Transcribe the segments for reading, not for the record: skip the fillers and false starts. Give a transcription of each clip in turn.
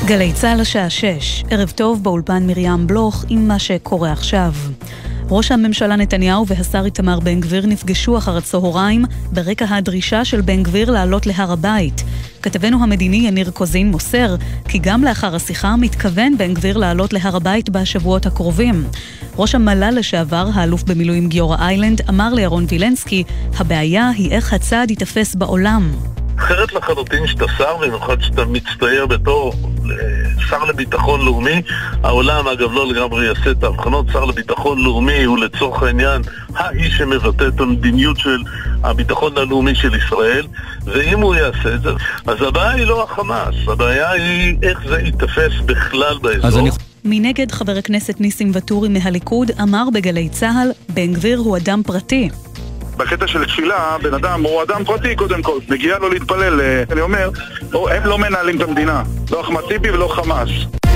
גלי צהל השעה 6, ערב טוב באולפן מרים בלוך עם מה שקורה עכשיו. ראש הממשלה נתניהו והשר איתמר בן גביר נפגשו אחר הצהריים ברקע הדרישה של בן גביר לעלות להר הבית. כתבנו המדיני יניר קוזין מוסר כי גם לאחר השיחה מתכוון בן גביר לעלות להר הבית בשבועות הקרובים. ראש המל"ל לשעבר, האלוף במילואים גיורא איילנד, אמר לירון וילנסקי, הבעיה היא איך הצעד יתפס בעולם. אחרת לחלוטין שאתה שר, במיוחד שאתה מצטייר בתור שר לביטחון לאומי. העולם אגב לא לגמרי יעשה את ההבחנות. שר לביטחון לאומי הוא לצורך העניין האיש שמבטא את המדיניות של הביטחון הלאומי של ישראל, ואם הוא יעשה את זה, אז הבעיה היא לא החמאס, הבעיה היא איך זה יתפס בכלל באזור. מנגד חבר הכנסת ניסים ואטורי מהליכוד אמר בגלי צהל, בן גביר הוא אדם פרטי. בקטע של תפילה, בן אדם הוא אדם פרטי קודם כל, מגיע לו להתפלל. אני אומר, הם לא מנהלים את המדינה, לא אחמד טיבי ולא חמאס.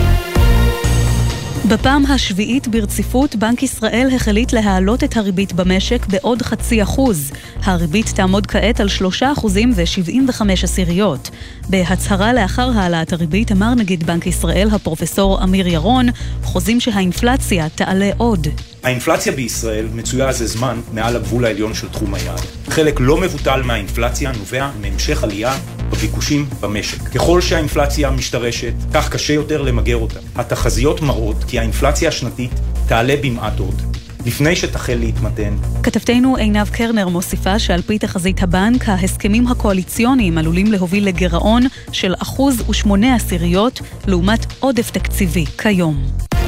בפעם השביעית ברציפות, בנק ישראל החליט להעלות את הריבית במשק בעוד 0.5%. הריבית תעמוד כעת על 3.75%. בהצהרה לאחר העלאת הריבית אמר נגיד בנק ישראל הפרופסור אמיר ירון, חוזים שהאינפלציה תעלה עוד. האינפלציה בישראל מצויה זה זמן מעל הגבול העליון של תחום היעד. חלק לא מבוטל מהאינפלציה נובע מהמשך עלייה בביקושים במשק. ככל שהאינפלציה משתרשת, כך קשה יותר למגר אותה. התחזיות מראות כי האינפלציה השנתית תעלה במעט עוד, לפני שתחל להתמתן. כתבתנו עינב קרנר מוסיפה שעל פי תחזית הבנק, ההסכמים הקואליציוניים עלולים להוביל לגירעון של 1.8% לעומת עודף תקציבי כיום.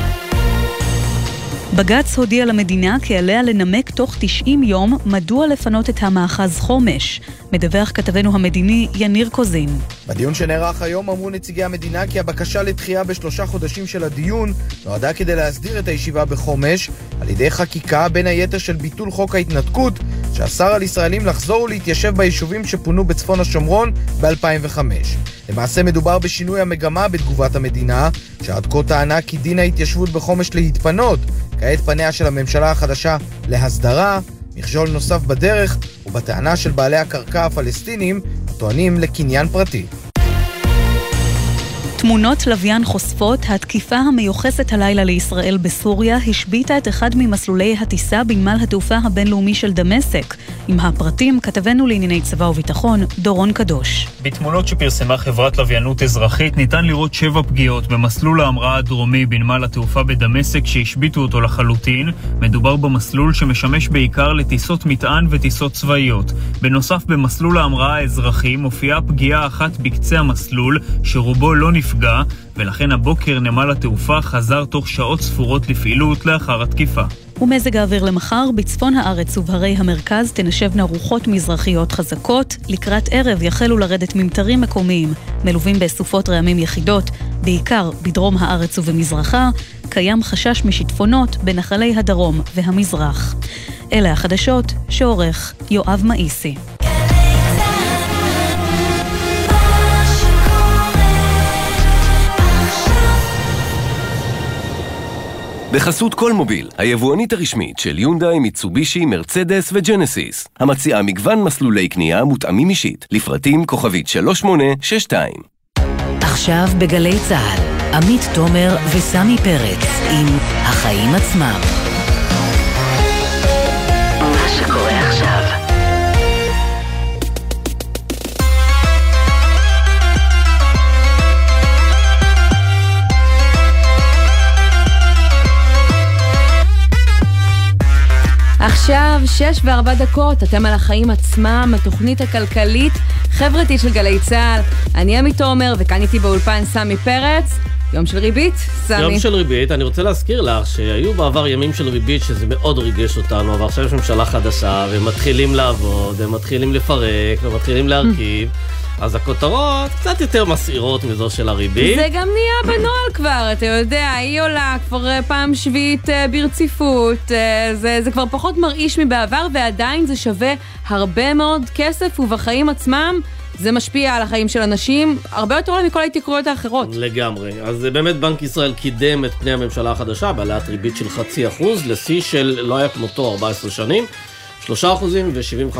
בג"ץ הודיע למדינה כי עליה לנמק תוך 90 יום מדוע לפנות את המאחז חומש. מדווח כתבנו המדיני יניר קוזין. בדיון שנערך היום אמרו נציגי המדינה כי הבקשה לדחייה ב3 חודשים של הדיון נועדה כדי להסדיר את הישיבה בחומש על ידי חקיקה בין היתר של ביטול חוק ההתנתקות שאסר על ישראלים לחזור ולהתיישב ביישובים שפונו בצפון השומרון ב-2005. למעשה מדובר בשינוי המגמה בתגובת המדינה שעד כה טענה כי דין ההתיישבות בחומש להתפנות. כעת פניה של הממשלה החדשה להסדרה, מכשול נוסף בדרך ובטענה של בעלי הקרקע הפלסטינים הטוענים לקניין פרטי. תמונות לוויין חושפות, התקיפה המיוחסת הלילה לישראל בסוריה השביטה את אחד ממסלולי הטיסה בנמל התעופה הבינלאומי של דמשק. עם הפרטים כתבנו לענייני צבא וביטחון דורון קדוש. בתמונות שפרסמה חברת לוויינות אזרחית ניתן לראות 7 פגיעות במסלול ההמראה הדרומי בנמל התעופה בדמשק שהשביטו אותו לחלוטין. מדובר במסלול שמשמש בעיקר לטיסות מטען וטיסות צבאיות. בנוסף במסלול ההמראה האזרחי מופיעה פגיעה אחת בקצה המסלול שרובו לא נפגע, ולכן הבוקר נמל התעופה חזר תוך שעות ספורות לפעילות לאחר התקיפה. ומזג האוויר למחר, בצפון הארץ ובהרי המרכז תנשבנה רוחות מזרחיות חזקות, לקראת ערב יחלו לרדת ממטרים מקומיים, מלווים בסופות רעמים יחידות, בעיקר בדרום הארץ ובמזרחה, קיים חשש משיטפונות בנחלי הדרום והמזרח. אלה החדשות שעורך יואב מאיסי. בחסות כל מוביל, היבואנית הרשמית של יונדאי, מיצובישי, מרצדס וג'נסיס. המציעה מגוון מסלולי קנייה מותאמים אישית, לפרטים כוכבית 3862. עכשיו בגלי צהל, עמית תומר וסמי פרץ עם החיים עצמם. מה שקורה עכשיו. עכשיו 6:04, אתם על החיים עצמם, התוכנית הכלכלית חברתית של גלי צהל. אני עמית תומר וכאן איתי באולפן סמי פרץ. יום של ריבית, סמי. יום של ריבית, אני רוצה להזכיר לך שהיו בעבר ימים של ריבית שזה מאוד ריגש אותנו, אבל עכשיו יש ממשלה חדשה והם מתחילים לעבוד, הם מתחילים לפרק ומתחילים להרכיב. אז הכותרות קצת יותר מסעירות מזו של הריבית. זה גם נהיה בנועל כבר, אתה יודע, היא עולה כבר פעם שביעית ברציפות, זה כבר פחות מרעיש מבעבר, ועדיין זה שווה הרבה מאוד כסף, ובחיים עצמם זה משפיע על החיים של אנשים הרבה יותר מכל ההתייקרויות האחרות. לגמרי. אז באמת בנק ישראל קידם את פני הממשלה החדשה, בעלת ריבית של 0.5% לשיא של לא היה כמותו 14 שנים. 3.75%,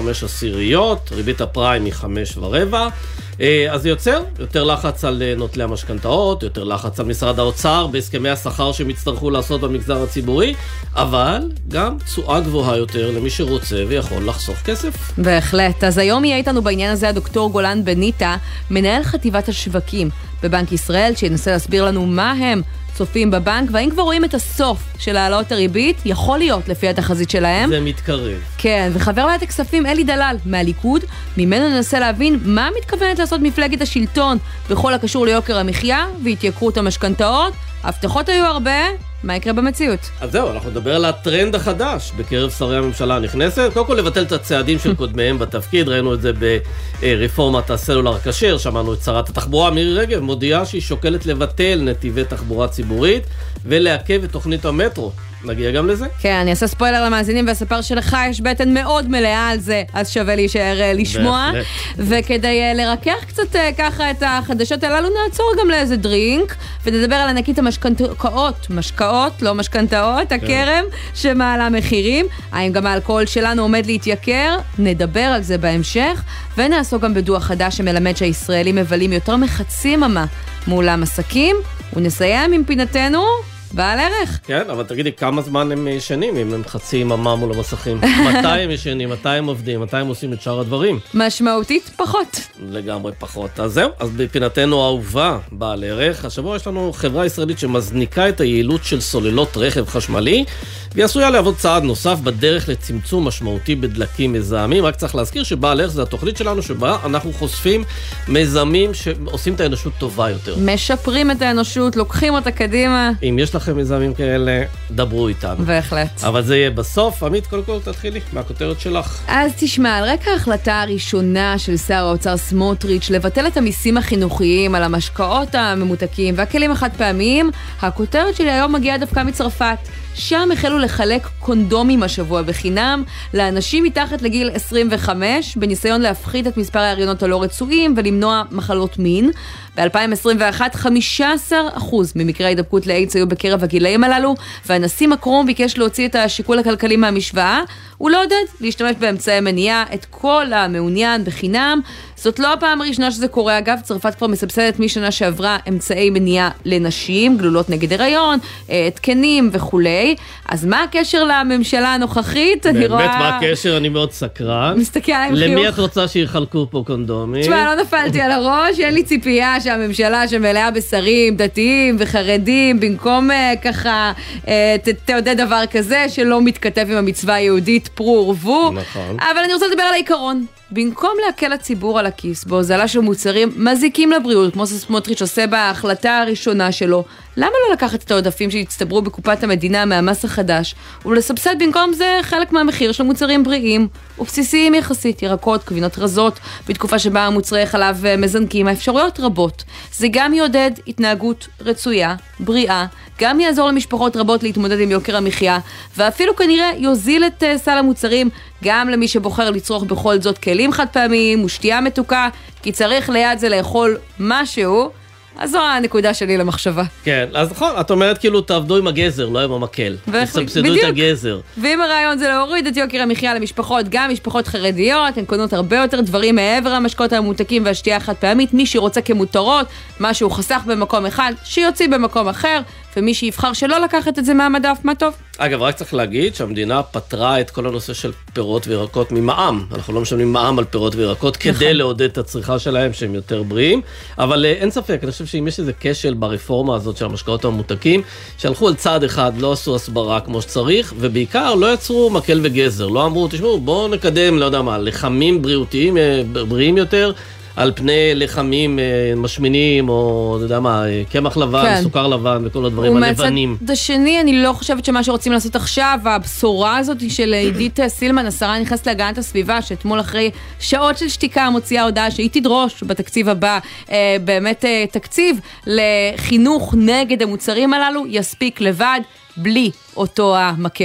ריבית הפריים היא 5.25%, אז זה יוצר יותר לחץ על נוטלי המשכנתאות, יותר לחץ על משרד האוצר בהסכמי השכר שהם יצטרכו לעשות במגזר הציבורי, אבל גם תשואה גבוהה יותר למי שרוצה ויכול לחסוך כסף. בהחלט. אז היום יהיה איתנו בעניין הזה הדוקטור גולן בניטה, מנהל חטיבת השווקים בבנק ישראל, שינסה להסביר לנו מה הם צופים בבנק, והאם כבר רואים את הסוף של העלאות הריבית, יכול להיות לפי התחזית שלהם. זה מתקרב. כן, וחבר ועדת הכספים אלי דלל מהליכוד, ממנו ננסה להבין מה מתכוונת לעשות מפלגת השלטון בכל הקשור ליוקר המחיה והתייקרות המשכנתאות. הבטחות היו הרבה, מה יקרה במציאות? אז זהו, אנחנו נדבר על הטרנד החדש בקרב שרי הממשלה הנכנסת. קודם כל לבטל את הצעדים של קודמיהם בתפקיד, ראינו את זה ברפורמת הסלולר הכשר, שמענו את שרת התחבורה מירי רגב, מודיעה שהיא שוקלת לבטל נתיבי תחבורה ציבורית ולעכב את תוכנית המטרו. נגיע גם לזה? כן, אני אעשה ספוילר למאזינים ואספר שלך יש בטן מאוד מלאה על זה, אז שווה להישאר לשמוע. וכדי לרכך קצת ככה את החדשות הללו, נעצור גם לאיזה דרינק, ונדבר על ענקית המשקאות, לא משכנתאות, הכרם שמעלה מחירים. האם גם האלכוהול שלנו עומד להתייקר? נדבר על זה בהמשך, ונעסוק גם בדוח חדש שמלמד שהישראלים מבלים יותר מחצי יממה מול המסכים, ונסיים עם פינתנו בעל ערך. כן, אבל תגידי, כמה זמן הם ישנים אם הם חצי יממה מול המסכים? מתי הם ישנים? מתי הם עובדים? מתי הם עושים את שאר הדברים? משמעותית פחות. לגמרי פחות. אז זהו, אז בפינתנו האהובה בעל ערך, השבוע יש לנו חברה ישראלית שמזניקה את היעילות של סוללות רכב חשמלי, והיא עשויה לעבוד צעד נוסף בדרך לצמצום משמעותי בדלקים מזהמים. רק צריך להזכיר שבעל ערך זה התוכנית שלנו שבה אנחנו חושפים מיזמים שעושים את האנושות טובה יותר. משפרים את האנושות, לוקחים אותה קדימה. אם יש לכם מיזמים כאלה, דברו איתנו. בהחלט. אבל זה יהיה בסוף. עמית, קודם כל תתחילי מהכותרת שלך. אז תשמע, על רקע ההחלטה הראשונה של שר האוצר סמוטריץ' לבטל את המיסים החינוכיים על המשקאות הממותקים והכלים החד פעמיים, הכותרת שלי היום מגיעה דווקא מצרפת. שם החלו לחלק קונדומים השבוע בחינם לאנשים מתחת לגיל 25, בניסיון להפחית את מספר ההריונות הלא רצויים ולמנוע מחלות מין. ב-2021 15% ממקרי ההידבקות לאיידס היו בקרב הגילאים הללו, והנשיא מקרון ביקש להוציא את השיקול הכלכלי מהמשוואה, ולעודד להשתמש באמצעי מניעה את כל המעוניין בחינם. זאת לא הפעם הראשונה שזה קורה, אגב, צרפת כבר מסבסדת משנה שעברה אמצעי מניעה לנשים, גלולות נגד הריון, תקנים וכולי. אז מה הקשר לממשלה הנוכחית? באמת, מה הקשר? אני מאוד סקרן. מסתכל עליהם חיוך. למי את רוצה שיחלקו פה קונדומים? תשמע, לא נפלתי על הראש, אין לי ציפייה שהממשלה שמלאה בשרים, דתיים וחרדים, במקום ככה תעודד דבר כזה שלא מתכתב עם המצווה היהודית פרו ורבו. נכון. אבל אני רוצה לדבר על העיקרון. במקום להקל לציבור על הכיס בהוזלה של מוצרים מזיקים לבריאות, כמו סמוטריץ' עושה בהחלטה הראשונה שלו, למה לא לקחת את העודפים שהצטברו בקופת המדינה מהמס החדש, ולסבסד במקום זה חלק מהמחיר של מוצרים בריאים ובסיסיים יחסית, ירקות, גבינות רזות, בתקופה שבה מוצרי חלב מזנקים, האפשרויות רבות. זה גם יעודד התנהגות רצויה, בריאה, גם יעזור למשפחות רבות להתמודד עם יוקר המחיה, ואפילו כנראה יוזיל את סל המוצרים, גם למי שבוחר לצרוך בכל זאת כלים חד פעמיים ושתייה מתוקה, כי צריך ליד זה לאכול משהו. אז זו הנקודה שלי למחשבה. כן, אז נכון, את אומרת כאילו תעבדו עם הגזר, לא עם המקל. תסבסדו את הגזר. ואם הרעיון זה להוריד את יוקר המחיה למשפחות, גם משפחות חרדיות, הן קונות הרבה יותר דברים מעבר המשקאות הממותקים והשתייה החד פעמית. מי שרוצה כמותרות, מה שהוא חסך במקום אחד, שיוציא במקום אחר, ומי שיבחר שלא לקחת את זה מהמדף, מה טוב. אגב, רק צריך להגיד שהמדינה פתרה את כל הנושא של פירות וירקות ממע"מ. אנחנו לא משלמים מע"מ על פירות וירקות כדי לעודד את הצריכה שלהם שהם יותר בריאים, אבל אין ספק, אני חושב שאם יש איזה כשל ברפורמה הזאת של המשקאות הממותקים, שהלכו על צעד אחד, לא עשו הסברה כמו שצריך, ובעיקר לא יצרו מקל וגזר, לא אמרו, תשמעו, בואו נקדם, לא יודע מה, לחמים בריאותיים, בריאים יותר, על פני לחמים משמינים, או אתה יודע מה, קמח לבן, כן. סוכר לבן, וכל הדברים הלבנים. ומהצד השני, אני לא חושבת שמה שרוצים לעשות עכשיו, הבשורה הזאת של עידית סילמן, השרה נכנסת להגנת הסביבה, שאתמול אחרי שעות של שתיקה מוציאה הודעה שהיא תדרוש בתקציב הבא, באמת תקציב לחינוך נגד המוצרים הללו, יספיק לבד, בלי אותו המקל.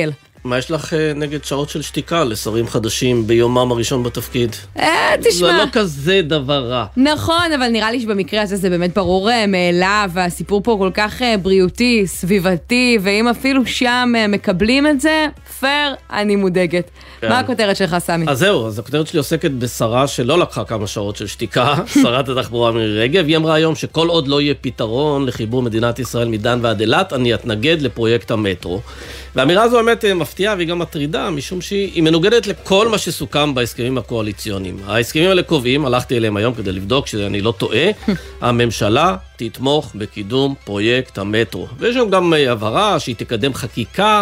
מה יש לך נגד שעות של שתיקה לשרים חדשים ביומם הראשון בתפקיד? תשמע. זה לא כזה דבר רע. נכון, אבל נראה לי שבמקרה הזה זה באמת ברור מאליו, והסיפור פה כל כך בריאותי, סביבתי, ואם אפילו שם מקבלים את זה, פייר, אני מודאגת. מה הכותרת שלך, סמי? אז זהו, אז הכותרת שלי עוסקת בשרה שלא לקחה כמה שעות של שתיקה, שרת התחבורה מירי רגב. היא אמרה היום שכל עוד לא יהיה פתרון לחיבור מדינת ישראל מדן ועד אילת, אני אתנגד לפרויקט המטרו. והאמירה הזו באמת מפתיעה והיא גם מטרידה, משום שהיא מנוגדת לכל מה שסוכם בהסכמים הקואליציוניים. ההסכמים האלה קובעים, הלכתי אליהם היום כדי לבדוק שאני לא טועה, הממשלה תתמוך בקידום פרויקט המטרו. ויש שם גם הבהרה שהיא תקדם חקיקה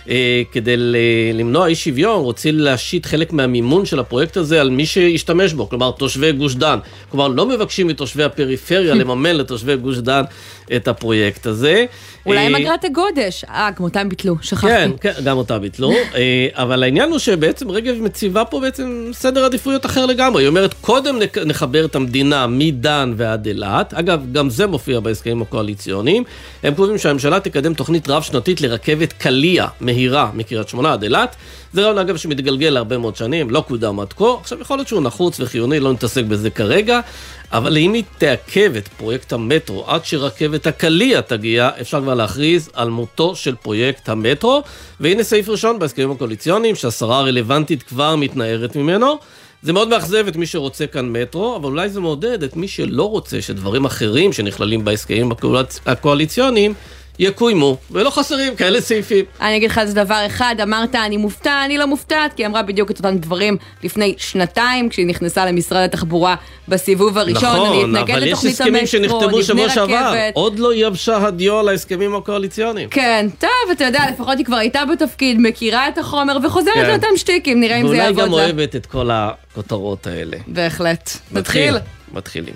כדי למנוע אי שוויון, רוצים להשית חלק מהמימון של הפרויקט הזה על מי שישתמש בו, כלומר תושבי גוש דן. כלומר לא מבקשים מתושבי הפריפריה לממן לתושבי גוש דן את הפרויקט הזה. אולי עם אגרת הגודש, גם אותם ביטלו, שכחתי. כן, גם אותם ביטלו, אבל העניין הוא שבעצם רגב מציבה פה בעצם סדר עדיפויות אחר לגמרי. היא אומרת, קודם נחבר את המדינה מדן ועד אילת. אגב, גם זה מופיע בהסכמים הקואליציוניים. הם קובעים שהממשלה תקדם תוכנית רב שנתית לרכבת קליע מהירה מקריית שמונה עד אילת. זה רעיון אגב שמתגלגל להרבה מאוד שנים, לא קודם עד כה. עכשיו יכול להיות שהוא נחוץ וחיוני, לא נתעסק בזה כרגע, אבל אם היא תעכב את פרויקט המטרו עד שרכבת הקליע תגיע, אפשר כבר להכריז על מותו של פרויקט המטרו. והנה סעיף ראשון בהסכמים הקואליציוניים שהשרה הרלוונטית כבר מתנערת ממנו. זה מאוד מאכזב את מי שרוצה כאן מטרו, אבל אולי זה מעודד את מי שלא רוצה שדברים אחרים שנכללים בהסכמים הקואליציוניים יקוימו, ולא חסרים כאלה סעיפים. אני אגיד לך את זה דבר אחד, אמרת אני מופתע, אני לא מופתעת, כי אמרה בדיוק את אותם דברים לפני שנתיים, כשהיא נכנסה למשרד התחבורה בסיבוב הראשון. נכון, אבל יש הסכמים שנחתמו שבוע שעבר, עוד לא יבשה הדיו על ההסכמים הקואליציוניים. כן, טוב, אתה יודע, לפחות היא כבר הייתה בתפקיד, מכירה את החומר וחוזרת לאותם שטיקים, נראה אם זה יעבוד לה. ואולי גם אוהבת את כל הכותרות האלה. בהחלט. נתחיל. מתחילים.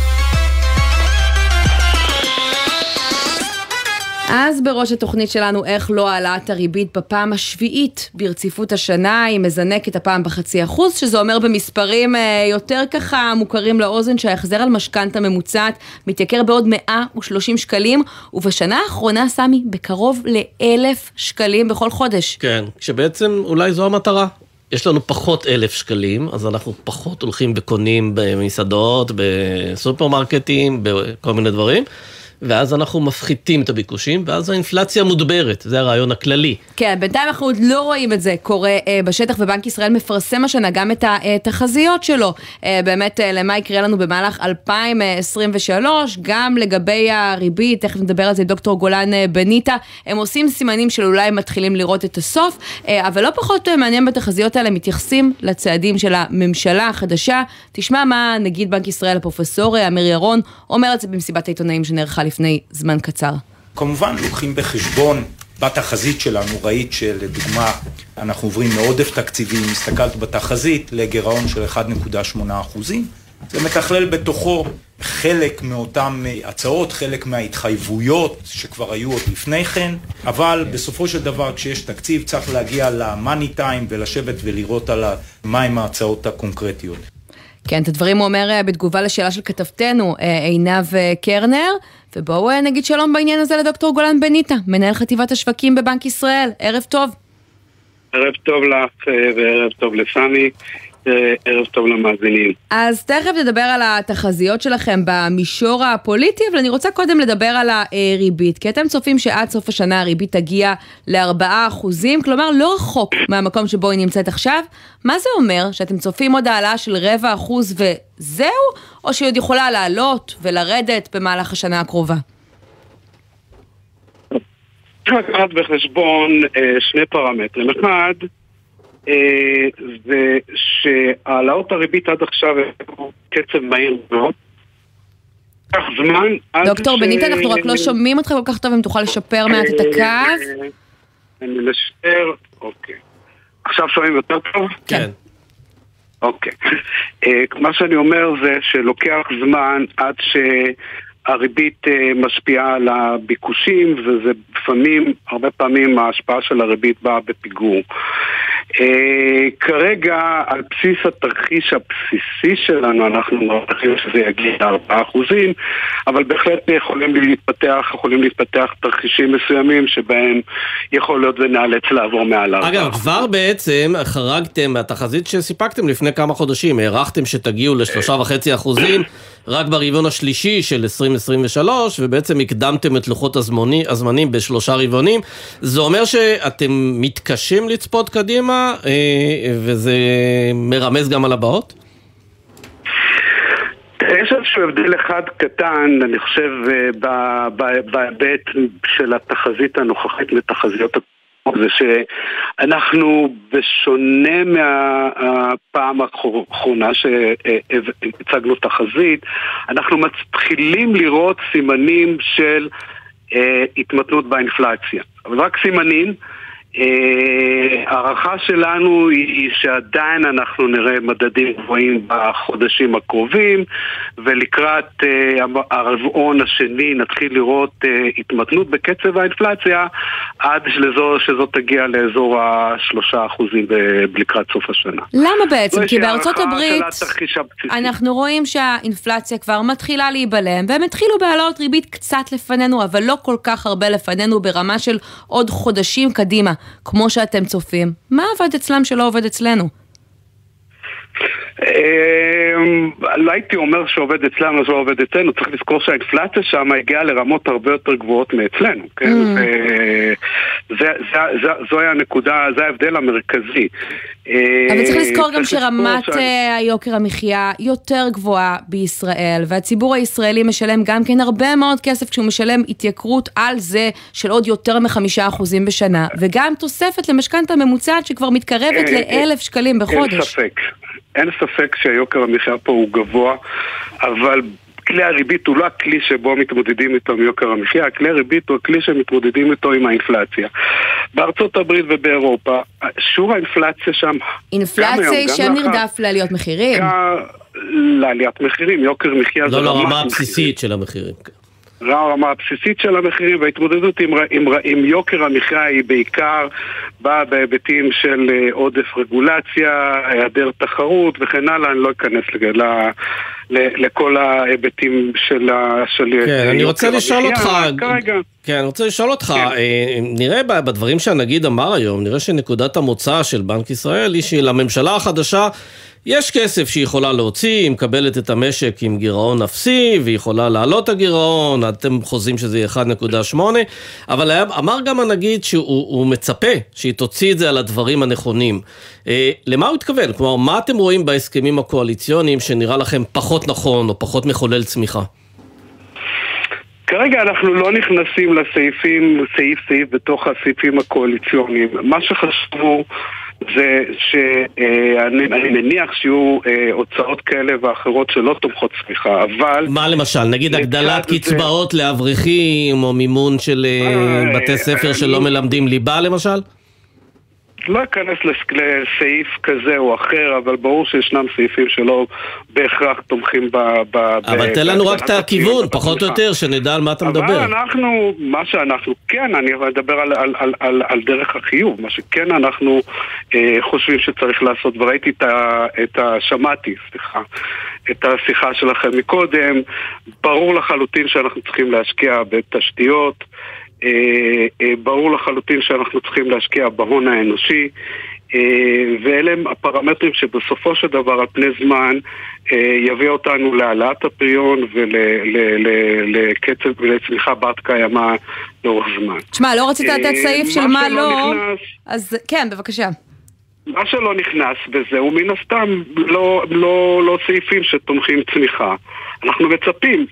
אז בראש התוכנית שלנו איך לא העלאת הריבית בפעם השביעית ברציפות השנה, היא מזנקת הפעם ב0.5%, שזה אומר במספרים יותר ככה מוכרים לאוזן שההחזר על משכנתה ממוצעת מתייקר בעוד 130 שקלים, ובשנה האחרונה סמי בקרוב ל1,000 שקלים בכל חודש. כן, כשבעצם אולי זו המטרה. יש לנו פחות 1,000 שקלים, אז אנחנו פחות הולכים וקונים במסעדות, בסופרמרקטים, בכל מיני דברים. ואז אנחנו מפחיתים את הביקושים, ואז האינפלציה מודברת, זה הרעיון הכללי. כן, בינתיים אנחנו עוד לא רואים את זה קורה בשטח, ובנק ישראל מפרסם השנה גם את התחזיות שלו, באמת למה יקרה לנו במהלך 2023, גם לגבי הריבית, תכף נדבר על זה דוקטור גולן בניטה, הם עושים סימנים של אולי מתחילים לראות את הסוף, אבל לא פחות מעניין בתחזיות האלה, מתייחסים לצעדים של הממשלה החדשה, תשמע מה נגיד בנק ישראל, הפרופסור אמיר ירון, אומר את זה במסיבת העיתונאים שנערכה לפני זמן קצר. כמובן לוקחים בחשבון בתחזית שלנו, ראית שלדוגמה אנחנו עוברים מעודף תקציבי, מסתכלת בתחזית לגירעון של 1.8%, זה מתכלל בתוכו חלק מאותם הצעות, חלק מההתחייבויות שכבר היו עוד לפני כן, אבל בסופו של דבר כשיש תקציב צריך להגיע למאני טיים ולשבת ולראות על מהם ההצעות הקונקרטיות. כן, את הדברים הוא אומר בתגובה לשאלה של כתבתנו עינב קרנר, ובואו נגיד שלום בעניין הזה לדוקטור גולן בניטה, מנהל חטיבת השווקים בבנק ישראל. ערב טוב. ערב טוב לך וערב טוב לסמי, ערב טוב למאזינים. אז תכף נדבר על התחזיות שלכם במישור הפוליטי, אבל אני רוצה קודם לדבר על הריבית, כי אתם צופים שעד סוף השנה הריבית תגיע ל4%, כלומר לא רחוק מהמקום שבו היא נמצאת עכשיו. מה זה אומר? שאתם צופים עוד העלאה של 0.25% וזהו? או שהיא עוד יכולה לעלות ולרדת במהלך השנה הקרובה? לקחת בחשבון שני פרמטרים. אחד, זה שהעלאות הריבית עד עכשיו קצב מהיר מאוד. כך זמן עד דוקטור בניטה, אנחנו רק לא שומעים אותך כל כך טוב, אם תוכל לשפר מעט את הקו. אני לשפר, אוקיי. עכשיו שומעים יותר טוב? כן. אוקיי. מה שאני אומר זה שלוקח זמן עד הריבית משפיעה על הביקושים, וזה לפעמים, הרבה פעמים ההשפעה של הריבית באה בפיגור. כרגע על בסיס התרחיש הבסיסי שלנו אנחנו מרחיבים שזה יגיע ל4%, אבל בהחלט יכולים להתפתח תרחישים מסוימים שבהם יכול להיות ונאלץ לעבור מעל 4%. אגב, כבר בעצם חרגתם מהתחזית שסיפקתם לפני כמה חודשים, הערכתם שתגיעו ל3.5% רק ברבעון השלישי של 2023, ובעצם הקדמתם את לוחות הזמנים ב3 רבעונים. זה אומר שאתם מתקשים לצפות קדימה, וזה מרמז גם על הבאות? יש איזשהו הבדל אחד קטן, אני חושב, בהיבט של התחזית הנוכחית מתחזיות זה שאנחנו בשונה מהפעם האחרונה שהצגנו תחזית, אנחנו מתחילים לראות סימנים של התמתנות באינפלציה, אבל רק סימנים. הערכה שלנו היא שעדיין אנחנו נראה מדדים גבוהים בחודשים הקרובים, ולקראת הרבעון השני נתחיל לראות התמתנות בקצב האינפלציה עד שזאת תגיע לאזור 3% לקראת סוף השנה. למה בעצם? כי בארצות הברית אנחנו רואים שהאינפלציה כבר מתחילה להיבלם, והם התחילו בעלות ריבית קצת לפנינו, אבל לא כל כך הרבה לפנינו ברמה של עוד חודשים קדימה. כמו שאתם צופים, מה עובד אצלם שלא עובד אצלנו? לא הייתי אומר שעובד אצלנו או שעובד אצלנו, צריך לזכור שהאינפלציה שם הגיעה לרמות הרבה יותר גבוהות מאצלנו, כן? זו הנקודה, זה ההבדל המרכזי. אבל צריך לזכור גם שרמת היוקר המחיה יותר גבוהה בישראל, והציבור הישראלי משלם גם כן הרבה מאוד כסף כשהוא משלם התייקרות על זה של עוד יותר מ5% בשנה, וגם תוספת למשכנתא ממוצעת שכבר מתקרבת ל1,000 שקלים בחודש. אין ספק שהיוקר המחיה פה הוא גבוה, אבל כלי הריבית הוא לא הכלי שבו מתמודדים איתו עם יוקר המחיה, הכלי הריבית הוא הכלי שמתמודדים איתו עם האינפלציה. בארצות הברית ובאירופה, שיעור האינפלציה שם... אינפלציה היא שם נרדף לעליות מחירים. לעליית מחירים, יוקר מחיה... לא, רמה הבסיסית של המחירים. הרמה הבסיסית של המחירים, וההתמודדות עם יוקר המחיה היא בעיקר באה בהיבטים של עודף רגולציה, היעדר תחרות וכן הלאה. אני לא אכנס לכל ההיבטים של כן, אני רוצה לשאול אותך, כן, אני רוצה לשאול אותך, נראה בדברים שהנגיד אמר היום, נראה שנקודת המוצא של בנק ישראל היא שלממשלה החדשה יש כסף שהיא יכולה להוציא, היא מקבלת את המשק עם גירעון אפסי, והיא יכולה להעלות הגירעון, אתם חוזים שזה יהיה 1.8, אבל אמר גם הנגיד שהוא מצפה שהיא תוציא את זה על הדברים הנכונים. למה הוא התכוון? כלומר, מה אתם רואים בהסכמים הקואליציוניים שנראה לכם פחות נכון או פחות מחולל צמיחה? כרגע אנחנו לא נכנסים לסעיפים, סעיף בתוך הסעיפים הקואליציוניים. מה שחשבו זה שאני מניח שיהיו הוצאות כאלה ואחרות שלא תומכות צמיחה, אבל... מה למשל? נגיד הגדלת קצבאות לאברכים או מימון של בתי ספר שלא מלמדים ליבה למשל? לא אכנס לסעיף כזה או אחר, אבל ברור שישנם סעיפים שלא בהכרח תומכים אבל תן לנו רק את הכיוון, פחות או יותר, שנדע על מה אתה מדבר. אבל מה שאנחנו, כן, אני אדבר על דרך החיוב, מה שכן אנחנו חושבים שצריך לעשות, וראיתי שמעתי את השיחה שלכם מקודם, ברור לחלוטין שאנחנו צריכים להשקיע בתשתיות, ברור לחלוטין שאנחנו צריכים להשקיע בהון האנושי, ואלה הם הפרמטרים שבסופו של דבר על פני זמן יביא אותנו להעלאת הפריון ולקצב ולצמיחה בת קיימא לאורך זמן. תשמע, לא רצית לתת סעיף של מה לא, אז כן, בבקשה. מה שלא נכנס בזה הוא מן הסתם לא סעיפים שתומכים צמיחה. אנחנו מצפים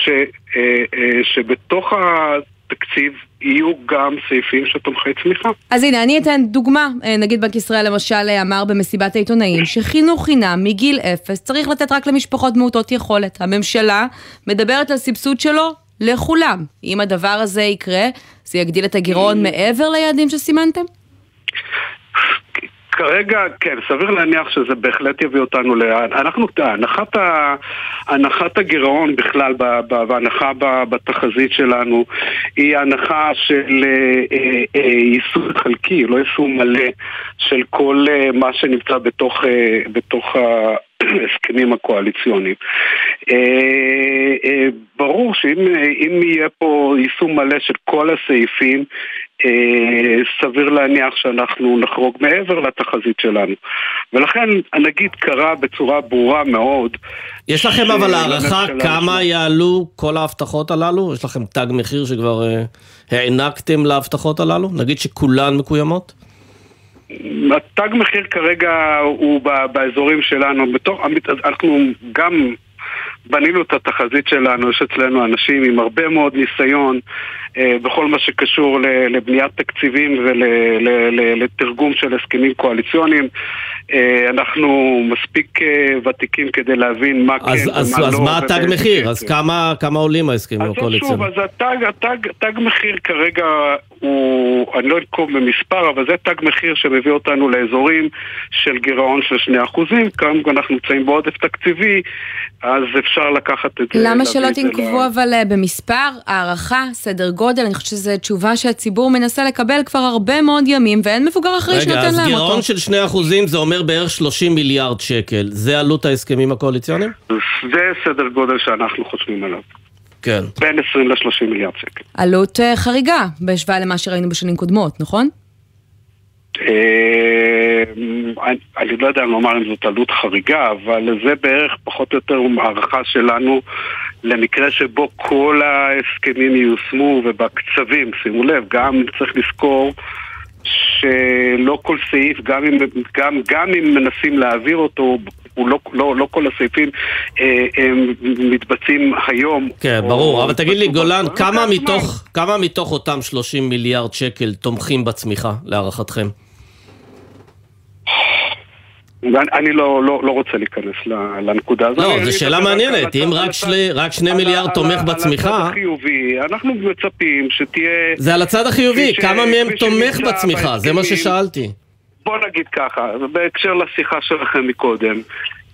שבתוך תקציב יהיו גם סעיפים שתומכי צמיחה. אז הנה, אני אתן דוגמה. נגיד בנק ישראל למשל אמר במסיבת העיתונאים שחינוך חינם מגיל 0 צריך לתת רק למשפחות מעוטות יכולת. הממשלה מדברת על סבסוד שלו לכולם. אם הדבר הזה יקרה, זה יגדיל את הגירעון מעבר ליעדים שסימנתם? כרגע, כן, סביר להניח שזה בהחלט יביא אותנו אנחנו, הנחת הגירעון בכלל, וההנחה בתחזית שלנו, היא הנחה של יישום חלקי, לא יישום מלא, של כל מה שנמצא בתוך ההסכמים הקואליציוניים. ברור שאם יהיה פה יישום מלא של כל הסעיפים, סביר להניח שאנחנו נחרוג מעבר לתחזית שלנו. ולכן הנגיד קרא בצורה ברורה מאוד. יש לכם אבל הערכה כמה יעלו כל ההבטחות הללו? יש לכם תג מחיר שכבר הענקתם להבטחות הללו? נגיד שכולן מקוימות? התג מחיר כרגע הוא באזורים שלנו. אנחנו גם בנינו את התחזית שלנו, יש אצלנו אנשים עם הרבה מאוד ניסיון בכל מה שקשור לבניית תקציבים ולתרגום של הסכמים קואליציוניים. אנחנו מספיק ותיקים כדי להבין מה כן ומה לא. אז מה התג מחיר? אז כמה עולים ההסכמים הקואליציוניים? אז התג מחיר כרגע הוא, אני לא אנקוב במספר, אבל זה תג מחיר שמביא אותנו לאזורים של גירעון של 2%. כאן אנחנו נמצאים בעודף תקציבי, אז אפשר לקחת את זה. למה שלא תנקבו אבל במספר, הערכה, סדר גודל? אני חושבת שזו תשובה שהציבור מנסה לקבל כבר הרבה מאוד ימים, ואין מבוגר אחרי שנותן להם אותו. רגע, אז גירעון של 2% זה אומר בערך 30 מיליארד שקל. זה עלות ההסכמים הקואליציוניים? זה סדר גודל שאנחנו חושבים עליו. כן. בין 20 ל-30 מיליארד שקל. עלות חריגה, בהשוואה למה שראינו בשנים קודמות, נכון? אני לא יודע לומר אם זאת עלות חריגה, אבל זה בערך פחות או יותר הערכה שלנו למקרה שבו כל ההסכמים ייושמו ובקצבים, שימו לב, גם צריך לזכור שלא כל סעיף, גם אם מנסים להעביר אותו, לא כל הסעיפים מתבצעים היום. כן, ברור, אבל תגיד לי גולן, כמה מתוך אותם 30 מיליארד שקל תומכים בצמיחה להערכתכם? אני לא רוצה להיכנס לנקודה הזאת. לא, זו שאלה מעניינת, אם רק 2 מיליארד תומך בצמיחה, אנחנו מצפים שתהיה... זה על הצד החיובי, כמה מהם תומך בצמיחה, זה מה ששאלתי. בוא נגיד ככה, בהקשר לשיחה שלכם מקודם,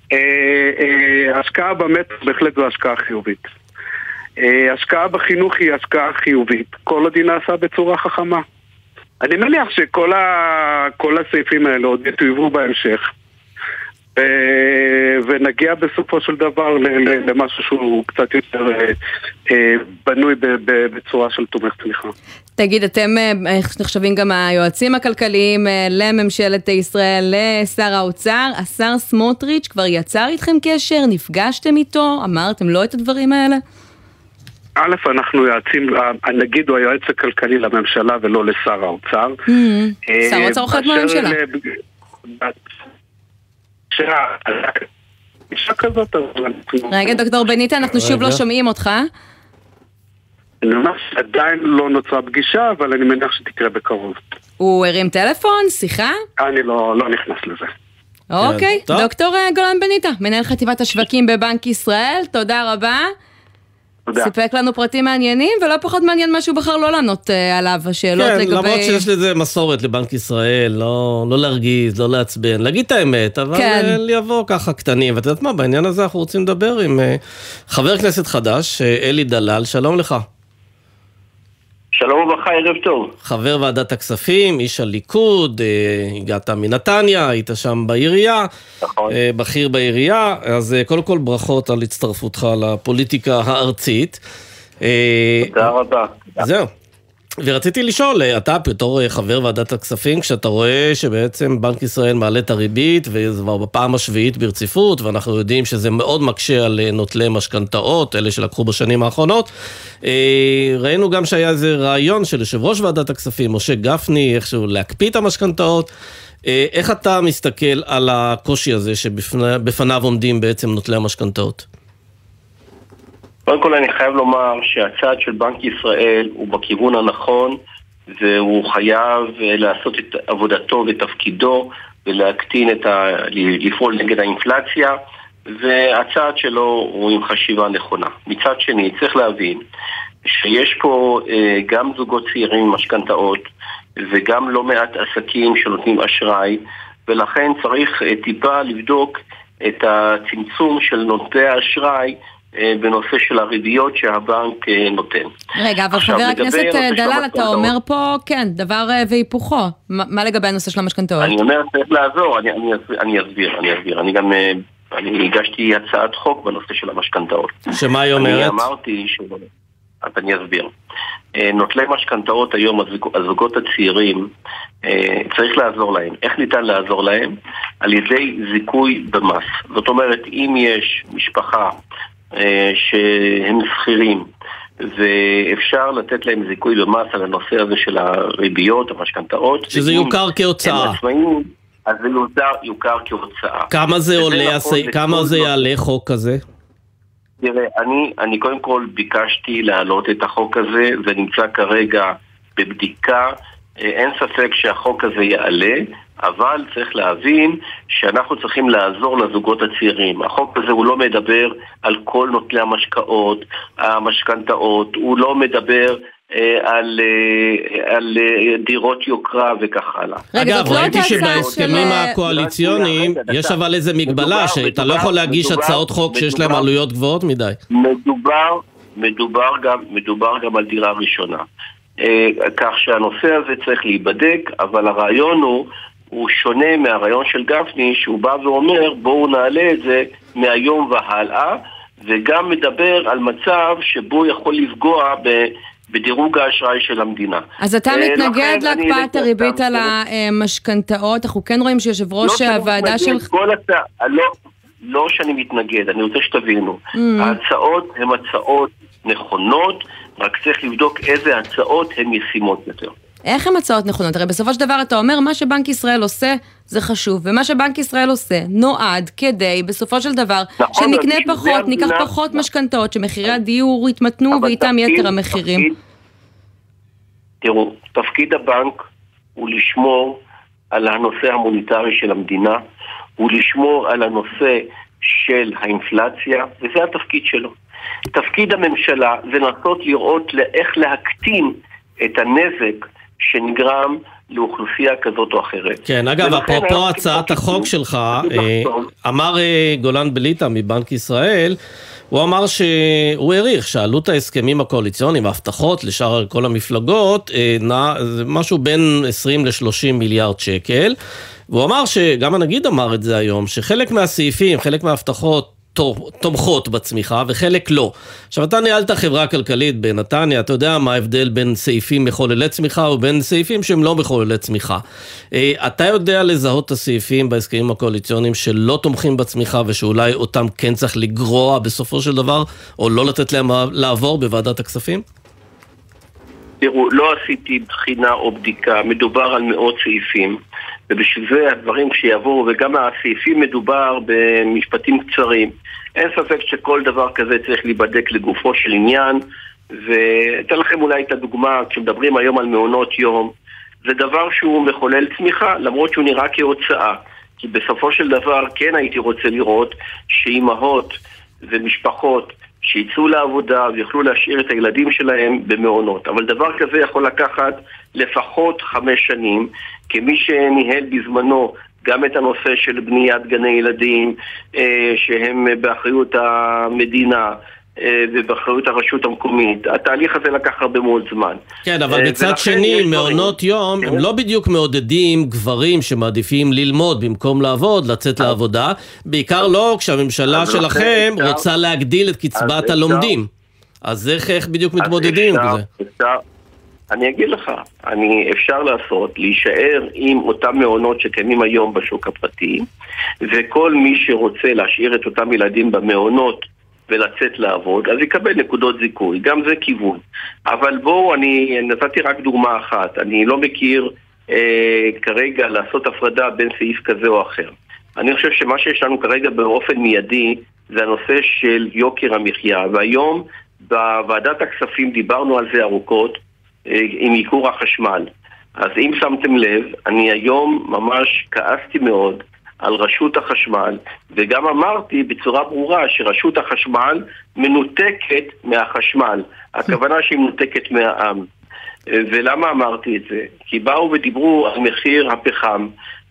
השקעה באמת בהחלט זו השקעה חיובית. השקעה בחינוך היא השקעה חיובית, כל עוד היא נעשה בצורה חכמה. אני מניח שכל הסעיפים האלה עוד יתויבו בהמשך, ונגיע בסופו של דבר למשהו שהוא קצת יותר בנוי בצורה של תומך תמיכה. תגיד, אתם נחשבים גם היועצים הכלכליים לממשלת ישראל, לשר האוצר, השר סמוטריץ' כבר יצר איתכם קשר, נפגשתם איתו, אמרתם לא את הדברים האלה? א', אנחנו יועצים, הנגיד הוא היועץ הכלכלי לממשלה ולא לשר האוצר. שר האוצר הוא חלק מהממשלה. רגע, דוקטור בניטה, אנחנו שוב לא שומעים אותך. אני אומר שעדיין לא נוצרה פגישה, אבל אני מניח שתקרה בקרוב. הוא הרים טלפון, שיחה? אני לא נכנס לזה. אוקיי, דוקטור גולן בניטה, מנהל חטיבת השווקים בבנק ישראל, תודה רבה. סיפק לנו פרטים מעניינים, ולא פחות מעניין משהו בחר לא לענות עליו, השאלות לגבי... כן, למרות שיש לזה מסורת לבנק ישראל, לא להרגיז, לא להצבן, להגיד את האמת, אבל לבוא ככה קטנים, ואתה יודעת מה, בעניין הזה אנחנו רוצים לדבר עם חבר כנסת חדש, אלי דלל, שלום לך. שלום וברכה, ערב טוב. חבר ועדת הכספים, איש הליכוד, הגעת מנתניה, היית שם בעירייה, נכון. בכיר בעירייה, אז קודם כל ברכות על הצטרפותך לפוליטיקה הארצית. תודה רבה. זהו. ורציתי לשאול, אתה בתור חבר ועדת הכספים, כשאתה רואה שבעצם בנק ישראל מעלה את הריבית, וזה כבר בפעם השביעית ברציפות, ואנחנו יודעים שזה מאוד מקשה על נוטלי משכנתאות, אלה שלקחו בשנים האחרונות, ראינו גם שהיה איזה רעיון של יושב ראש ועדת הכספים, משה גפני, איכשהו להקפיא את המשכנתאות, איך אתה מסתכל על הקושי הזה שבפניו עומדים בעצם נוטלי המשכנתאות? קודם כל אני חייב לומר שהצעד של בנק ישראל הוא בכיוון הנכון, והוא חייב לעשות את עבודתו ותפקידו ולהקטין לפעול נגד האינפלציה, והצעד שלו הוא עם חשיבה נכונה. מצד שני צריך להבין שיש פה גם זוגות צעירים עם משכנתאות וגם לא מעט עסקים שנותנים אשראי, ולכן צריך טיפה לבדוק את הצמצום של נוטלי האשראי בנושא של הריביות שהבנק נותן. רגע, אבל חבר הכנסת דלל, אתה אומר פה, כן, דבר והיפוכו. מה לגבי הנושא של המשכנתאות? אני אומר, צריך לעזור, אני אסביר. אני הגשתי הצעת חוק בנושא של המשכנתאות. שמה היא אומרת? אני אמרתי אז אני אסביר. נוטלי משכנתאות היום, הזוגות הצעירים, צריך לעזור להם. איך ניתן לעזור להם? על ידי זיכוי במס. זאת אומרת, אם יש משפחה שהם שכירים ואפשר לתת להם זיכוי במס על הנושא הזה של הריביות, המשכנתאות, שזה יוכר כהוצאה. אז זה יוכר כהוצאה. כמה זה עולה, כמה זה יעלה חוק כזה? תראה, אני קודם כל ביקשתי להעלות את החוק הזה, זה נמצא כרגע בבדיקה, אין ספק שהחוק הזה יעלה, אבל צריך להבין שאנחנו צריכים לעזור לזוגות הצעירים. החוק הזה הוא לא מדבר על כל נוטלי המשכנתאות, הוא לא מדבר על דירות יוקרה וכך הלאה. אגב, ראיתי שבהסכמים הקואליציוניים יש אבל איזה מגבלה שאתה לא יכול להגיש הצעות חוק שיש להם עלויות גבוהות מדי. מדובר גם על דירה ראשונה. כך שהנושא הזה צריך להיבדק, אבל הרעיון הוא שונה מהרעיון של גפני, שהוא בא ואומר בואו נעלה את זה מהיום והלאה, וגם מדבר על מצב שבו יכול לפגוע בדירוג האשראי של המדינה. אז אתה מתנגד להקפאת הריבית על המשכנתאות? אנחנו כן רואים שיושב ראש הוועדה של... לא שאני מתנגד, אני רוצה שתבינו. ההצעות הן הצעות נכונות, רק צריך לבדוק איזה הצעות הן ישימות יותר. איך הן הצעות נכונות? הרי בסופו של דבר אתה אומר, מה שבנק ישראל עושה זה חשוב, ומה שבנק ישראל עושה נועד כדי, בסופו של דבר, שנקנה פחות, ניקח פחות משכנתאות, שמחירי הדיור יתמתנו ואיתם יתר המחירים. תראו, תפקיד הבנק הוא לשמור על הנושא המוניטרי של המדינה, הוא לשמור על הנושא של האינפלציה, וזה התפקיד שלו. תפקיד הממשלה זה לנסות לראות איך להקטין את הנזק שנגרם לאוכלוסייה כזאת או אחרת. כן, אגב, אפרופו הצעת החוק שלך, אמר גולן בליטה מבנק ישראל, הוא אמר שהוא העריך שעלות ההסכמים הקואליציוניים, ההבטחות לשאר כל המפלגות, זה משהו בין 20 ל-30 מיליארד שקל, והוא אמר שגם הנגיד אמר את זה היום, שחלק מהסעיפים, חלק מההבטחות, תומכות בצמיחה וחלק לא. עכשיו אתה ניהלת חברה כלכלית בנתניה, אתה יודע מה ההבדל בין סעיפים מחוללי צמיחה ובין סעיפים שהם לא מחוללי צמיחה. אתה יודע לזהות את הסעיפים בהסכמים הקואליציוניים שלא תומכים בצמיחה ושאולי אותם כן צריך לגרוע בסופו של דבר או לא לתת להם לעבור בוועדת הכספים? תראו, לא עשיתי בחינה או בדיקה, מדובר על מאות סעיפים ובשביל זה הדברים כשיעברו, וגם הסעיפים מדובר במשפטים קצרים. אין ספק שכל דבר כזה צריך להיבדק לגופו של עניין, ואתן לכם אולי את הדוגמה, כשמדברים היום על מעונות יום, זה דבר שהוא מחולל צמיחה, למרות שהוא נראה כהוצאה. כי בסופו של דבר כן הייתי רוצה לראות שאימהות ומשפחות שיצאו לעבודה ויוכלו להשאיר את הילדים שלהם במעונות. אבל דבר כזה יכול לקחת לפחות 5 שנים, כמי שניהל בזמנו גם את הנושא של בניית גני ילדים, שהם באחריות המדינה ובאחריות הרשות המקומית. התהליך הזה לקח הרבה מאוד זמן. כן, אבל בצד שני, מעונות יום, הם לא בדיוק מעודדים גברים שמעדיפים ללמוד במקום לעבוד, לצאת לעבודה, בעיקר לא כשהממשלה שלכם רוצה להגדיל את קצבת הלומדים. אז איך בדיוק מתמודדים עם זה? אני אגיד לך, אפשר להישאר עם אותם מעונות שקיימים היום בשוק הפרטי, וכל מי שרוצה להשאיר את אותם ילדים במעונות ולצאת לעבוד, אז יקבל נקודות זיכוי, גם זה כיוון. אבל בואו, אני נתתי רק דוגמה אחת, אני לא מכיר כרגע לעשות הפרדה בין סעיף כזה או אחר. אני חושב שמה שיש לנו כרגע באופן מיידי, זה הנושא של יוקר המחיה, והיום בוועדת הכספים דיברנו על זה ארוכות, עם ייקור החשמל. אז אם שמתם לב, אני היום ממש כעסתי מאוד על רשות החשמל, וגם אמרתי בצורה ברורה שרשות החשמל מנותקת מהחשמל. הכוונה שהיא מנותקת מהעם. ולמה אמרתי את זה? כי באו ודיברו על מחיר הפחם,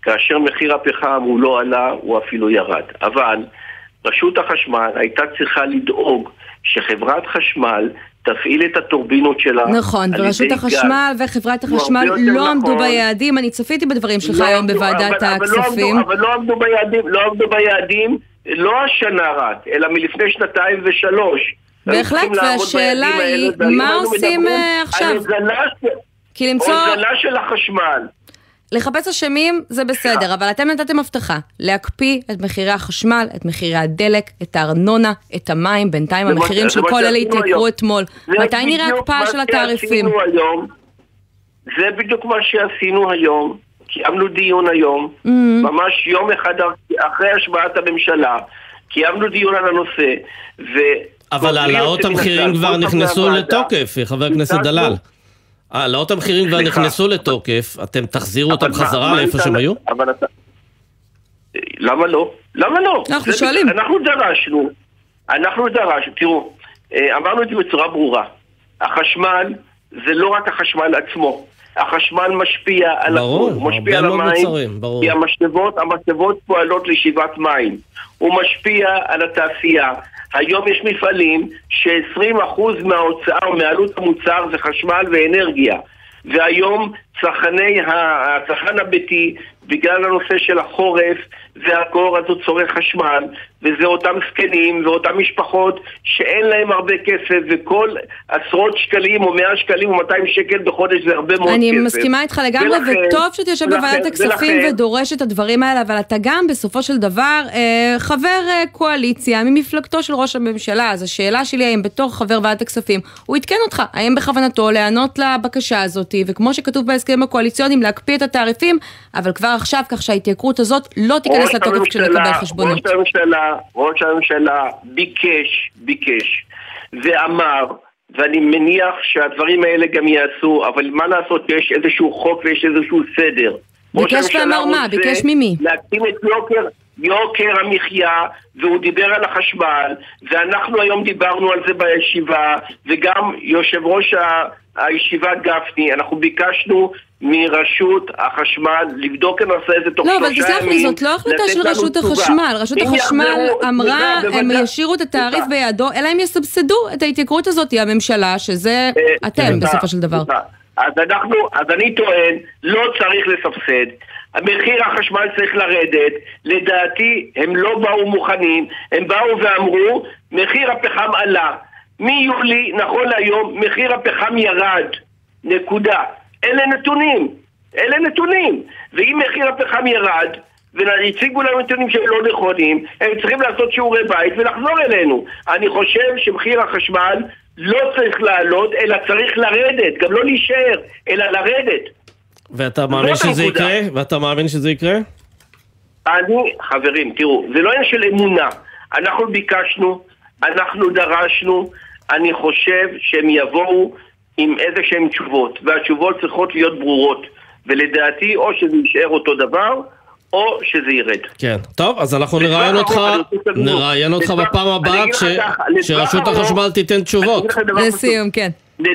כאשר מחיר הפחם הוא לא עלה, הוא אפילו ירד. אבל רשות החשמל הייתה צריכה לדאוג שחברת חשמל תפעיל את הטורבינות שלה. נכון, ורשות החשמל וחברת החשמל לא עמדו ביעדים. אני צפיתי בדברים שלך היום בוועדת הכספים. אבל לא עמדו ביעדים, לא השנה רק, אלא מלפני 2 ו3. בהחלט, והשאלה היא, מה עושים עכשיו? כי למצוא... הוזלה של החשמל. לחפש אשמים זה בסדר, אבל אתם נתתם הבטחה להקפיא את מחירי החשמל, את מחירי הדלק, את הארנונה, את המים. בינתיים המחירים של כל אלה התייקרו אתמול. מתי נראה הקפאה של התעריפים? זה בדיוק מה שעשינו היום. קיימנו דיון היום, ממש יום אחד אחרי השבעת הממשלה. קיימנו דיון על הנושא. אבל העלאות המחירים כבר נכנסו לתוקף, חבר הכנסת דלל. העלאות המחירים כבר נכנסו לתוקף, אתם תחזירו אותם חזרה לאיפה שהם היו? למה לא? למה לא? אנחנו שואלים. אנחנו דרשנו, תראו, אמרנו את זה בצורה ברורה. החשמל זה לא רק החשמל עצמו. החשמל משפיע על הכל, הוא משפיע על המים, כי המשאבות פועלות לישיבת מים. הוא משפיע על התעשייה. היום יש מפעלים ש20% מההוצאה או מעלות המוצר זה חשמל ואנרגיה. והיום הצרכן הביתי, בגלל הנושא של החורף והקור, אז הוא צורך חשמל, וזה אותם סקנים ואותם משפחות שאין להם הרבה כסף, וכל עשרות שקלים או 100 שקלים או 200 שקל בחודש זה הרבה מאוד כסף. אני מסכימה איתך לגמרי, וטוב שאתה יושב בוועדת הכספים ודורש את הדברים האלה, אבל אתה גם בסופו של דבר חבר קואליציה ממפלגתו של ראש הממשלה. אז השאלה שלי, האם בתור חבר ועדת הכספים הוא יתקן אותך, האם בכוונתו לענות לבקשה הזאת, וכמו שכתוב בהסכמים הקואליציוניים, להקפיא את התעריפים, אבל כבר עכשיו כך שההתייקרות הזאת לא תיכנס לתוקף כשנקבל חשבונות. ראש הממשלה ביקש ואמר, ואני מניח שהדברים האלה גם יעשו, אבל מה לעשות, יש איזשהו חוק ויש איזשהו סדר. ביקש ואמר מה? ביקש ממי? להקטין את יוקר המחיה, והוא דיבר על החשמל, ואנחנו היום דיברנו על זה בישיבה, וגם יושב ראש הישיבה גפני, אנחנו ביקשנו מרשות החשמל לבדוק הנושא הזה תוך 3 ימים. לא, אבל תסלח לי, זאת לא החלטה של רשות החשמל. רשות החשמל אמרה, הם ישירו את התעריף ביעדו, אלא הם יסבסדו את ההתייקרות הזאת, הממשלה, שזה אתם בסופו של דבר. אז אני טוען, לא צריך לסבסד. המחיר החשמל צריך לרדת. לדעתי, הם לא באו מוכנים, הם באו ואמרו, מחיר הפחם עלה. מיולי, נכון להיום, מחיר הפחם ירד. נקודה. אלה נתונים. ואם מחיר הפחם ירד, והציגו לנו נתונים שהם לא נכונים, הם צריכים לעשות שיעורי בית ולחזור אלינו. אני חושב שמחיר החשמל לא צריך לעלות, אלא צריך לרדת. גם לא להישאר, אלא לרדת. ואתה מאמין שזה יקרה? חברים, תראו, זה לא עניין של אמונה. אנחנו ביקשנו, אנחנו דרשנו, אני חושב שהם יבואו עם איזה שהם תשובות, והתשובות צריכות להיות ברורות, ולדעתי או שזה יישאר אותו דבר, או שזה ירד. כן, טוב, אז אנחנו נראיין אותך בפעם הבאה כשרשות החשמל תיתן תשובות. לסיום, כן.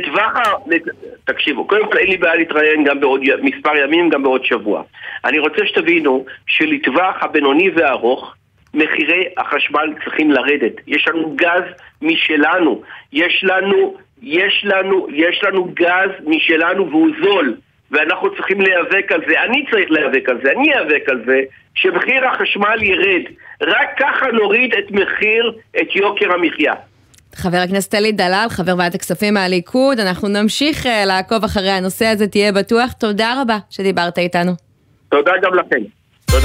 תקשיבו, קודם כל אין לי בעיה להתראיין גם בעוד מספר ימים, גם בעוד שבוע. אני רוצה שתבינו שלטווח הבינוני והארוך, מחירי החשמל צריכים לרדת. יש לנו גז משלנו, יש לנו גז משלנו והוא זול, ואנחנו צריכים להיאבק על זה. אני צריך להיאבק על זה, אני אאבק על זה, שמחיר החשמל ירד. רק ככה נוריד את יוקר המחיה. חבר הכנסת אלי דלל, חבר ועדת הכספים מהליכוד, אנחנו נמשיך לעקוב אחרי הנושא הזה, תהיה בטוח. תודה רבה שדיברת איתנו. תודה גם לכם. תודה.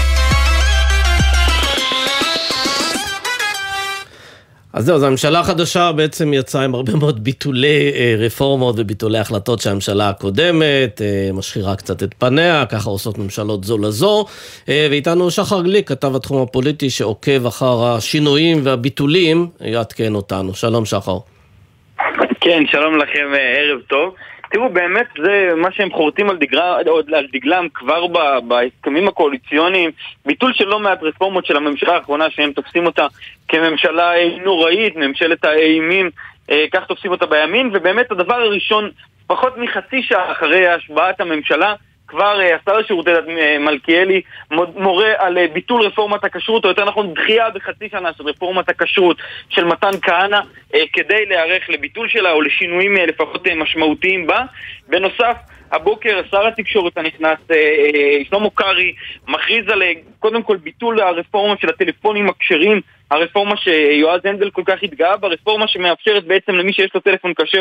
אז זהו, אז הממשלה החדשה בעצם יצאה עם הרבה מאוד ביטולי רפורמות וביטולי החלטות שהממשלה הקודמת משחירה קצת את פניה, ככה עושות ממשלות זו לזו, ואיתנו שחר גליק, כתב התחום הפוליטי שעוקב אחר השינויים והביטולים, יעדכן אותנו. שלום שחר. כן, שלום לכם, ערב טוב. תראו, באמת זה מה שהם חורטים על דגלם כבר בהסכמים הקואליציוניים, ביטול של לא מעט רפורמות של הממשלה האחרונה, שהם תופסים אותה כממשלה נוראית, ממשלת האימים, כך תופסים אותה בימין, ובאמת הדבר הראשון, פחות מחצי שעה אחרי השבעת הממשלה, כבר השר לשירותי דת מלכיאלי מורה על ביטול רפורמת הכשרות, או יותר נכון דחייה בחצי שנה של רפורמת הכשרות של מתן כהנא, כדי להיערך לביטול שלה או לשינויים לפחות משמעותיים בה. בנוסף, הבוקר שר התקשורת הנכנס שלמה קרעי מכריז על קודם כל ביטול הרפורמה של הטלפונים הכשרים, הרפורמה שיועז הנדל כל כך התגאה ברפורמה שמאפשרת בעצם למי שיש לו טלפון כשר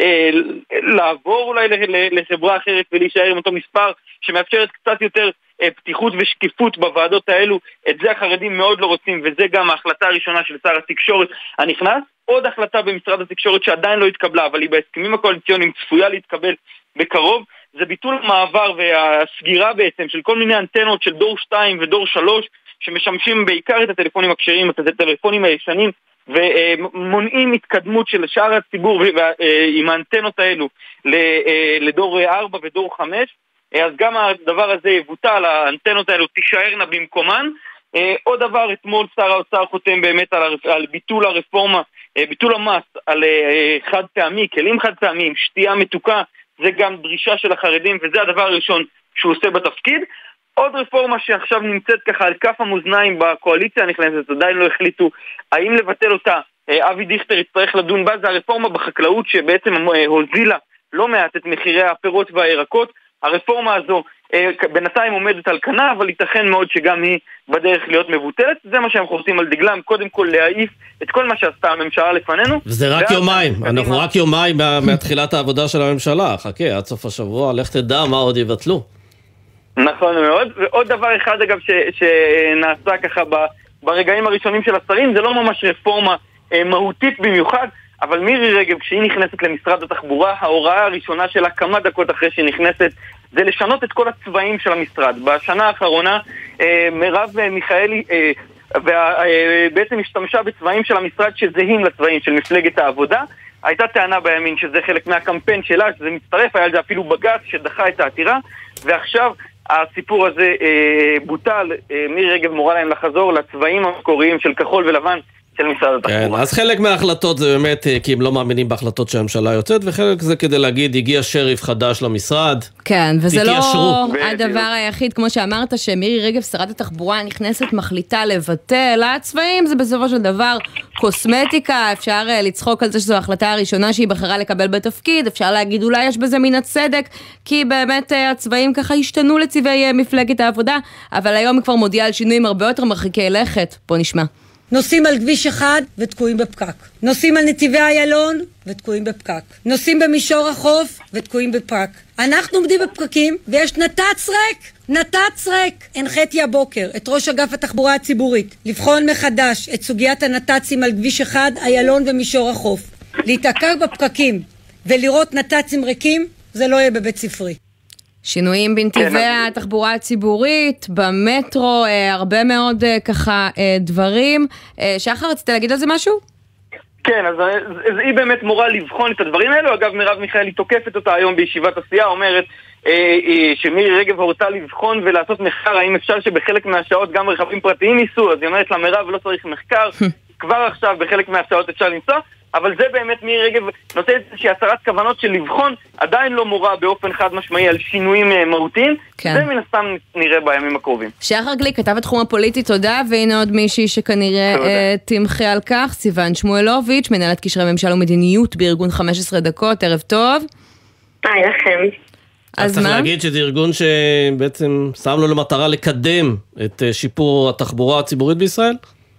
לעבור אולי לחברה אחרת ולהישאר עם אותו מספר, שמאפשרת קצת יותר פתיחות ושקיפות בוועדות האלו. את זה החרדים מאוד לא רוצים, וזה גם ההחלטה הראשונה של שר התקשורת הנכנס. עוד החלטה במשרד התקשורת שעדיין לא התקבלה, אבל היא בהסכמים הקואליציוניים צפויה להתקבל בקרוב, זה ביטול המעבר והסגירה בעצם של כל מיני אנטנות של דור 2 ודור 3 שמשמשים בעיקר את הטלפונים הכשרים, את הטלפונים הישנים, ומונעים התקדמות של שאר הציבור עם האנטנות האלו לדור 4 ודור 5. אז גם הדבר הזה יבוטל, האנטנות האלו תישארנה במקומן. עוד דבר, אתמול שר האוצר חותם באמת על ביטול הרפורמה, ביטול המס על חד פעמי, כלים חד פעמיים, שתייה מתוקה, זה גם דרישה של החרדים, וזה הדבר הראשון שהוא עושה בתפקיד. עוד רפורמה שעכשיו נמצאת ככה על כף המאזניים בקואליציה הנכנסת, עדיין לא החליטו האם לבטל אותה, אבי דיכטר יצטרך לדון בה, זה הרפורמה בחקלאות שבעצם הוזילה לא מעט את מחירי הפירות והירקות. הרפורמה הזו בינתיים עומדת על כנה, אבל ייתכן מאוד שגם היא בדרך להיות מבוטלת. זה מה שהם חורטים על דגלם, קודם כל להעיף את כל מה שעשתה הממשלה לפנינו. וזה רק יומיים, אנחנו רק יומיים מתחילת העבודה של הממשלה, חכה, עד סוף השבוע, לך תדע מה עוד יבטלו. נכון מאוד, ועוד דבר אחד אגב שנעשה ככה ברגעים הראשונים של השרים, זה לא ממש רפורמה מהותית במיוחד, אבל מירי רגב כשהיא נכנסת למשרד התחבורה, ההוראה הראשונה שלה כמה דקות אחרי שהיא נכנסת, זה לשנות את כל הצבעים של המשרד. בשנה האחרונה מרב מיכאלי בעצם השתמשה בצבעים של המשרד שזהים לצבעים של מפלגת העבודה. הייתה טענה בימין שזה חלק מהקמפיין שלה, שזה מצטרף, היה לזה אפילו בג"ץ שדחה את העתירה, ועכשיו הסיפור הזה בוטל. מירי רגב מורה להם לחזור לצבעים המקוריים של כחול ולבן של משרד התחבורה. כן, אז חלק מההחלטות זה באמת כי הם לא מאמינים בהחלטות שהממשלה יוצאת, וחלק זה כדי להגיד הגיע שריף חדש למשרד. כן, וזה לא הדבר היחיד, כמו שאמרת, שמירי רגב שרת התחבורה הנכנסת מחליטה לבטל הצבעים, זה בסופו של דבר קוסמטיקה, אפשר לצחוק על זה שזו ההחלטה הראשונה שהיא בחרה לקבל בתפקיד, אפשר להגיד אולי יש בזה מן הצדק, כי באמת הצבעים ככה השתנו לצבעי מפלגת העבודה, אבל היום היא כבר מודיעה על שינויים הרבה יותר מרחיקי לכת. בוא נשמע. נוסעים על כביש אחד ותקועים בפקק. נוסעים על נתיבי איילון ותקועים בפקק. נוסעים במישור החוף ותקועים בפקק. אנחנו עומדים בפקקים ויש נת"צ ריק. נת"צ ריק. הנחיתי הבוקר את ראש אגף התחבורה הציבורית לבחון מחדש את סוגיית הנת"צים על כביש אחד, איילון ומישור החוף. להתעכב בפקקים ולראות נת"צים ריקים זה לא יהיה בבית ספרי. שינויים בנתיבי התחבורה הציבורית, במטרו, הרבה מאוד ככה דברים. שחר, רצית להגיד על זה משהו? כן, אז היא באמת מורה לבחון את הדברים האלו. אגב, מרב מיכאלי תוקפת אותה היום בישיבת הסיעה, אומרת שמירי רגב הורתה לבחון ולעשות מחקר, האם אפשר שבחלק מהשעות גם רכבים פרטיים ייסעו. אז היא אומרת לה, מרב, לא צריך מחקר, כבר עכשיו בחלק מהשעות אפשר לנסוע. אבל זה באמת מירי רגב נותנת איזושהי הצהרת כוונות של לבחון, עדיין לא מורה באופן חד משמעי על שינויים מהותיים. כן. זה מן הסתם נראה בימים הקרובים. שחר גליק, כתב את תחום הפוליטי, תודה, והנה עוד מישהי שכנראה תמחה על כך, סיוון שמואלוביץ', מנהלת קשרי ממשל ומדיניות בארגון 15 דקות, ערב טוב. היי לכם. אז צריך להגיד שזה ארגון שבעצם שם לו למטרה לקדם את שיפור התחבורה הציבורית בישראל?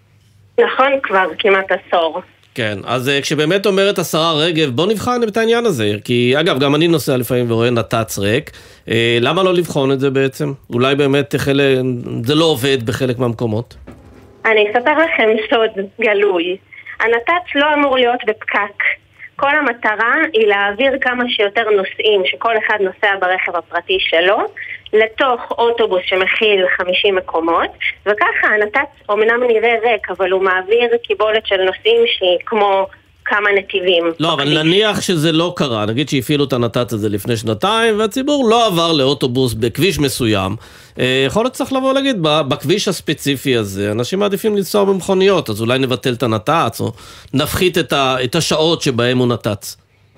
נכון, כבר כמעט עשור. כן, אז כשבאמת אומרת השרה רגב, בוא נבחן את העניין הזה, כי אגב, גם אני נוסע לפעמים ורואה נת"צ ריק, למה לא לבחון את זה בעצם? אולי באמת זה לא עובד בחלק מהמקומות? אני אספר לכם סוד גלוי. הנת"צ לא אמור להיות בפקק. כל המטרה היא להעביר כמה שיותר נוסעים, שכל אחד נוסע ברכב הפרטי שלו, לתוך אוטובוס שמכיל 50 מקומות, וככה הנת"צ אומנם נראה ריק, אבל הוא מעביר קיבולת של נוסעים שהיא כמו כמה נתיבים. לא, אבל נניח שזה לא קרה, נגיד שהפעילו את הנת"צ הזה לפני שנתיים, והציבור לא עבר לאוטובוס בכביש מסוים, יכול להיות צריך לבוא להגיד, בכביש הספציפי הזה, אנשים מעדיפים לנסוע במכוניות, אז אולי נבטל את הנת"צ, או נפחית את השעות שבהם הוא נת"צ.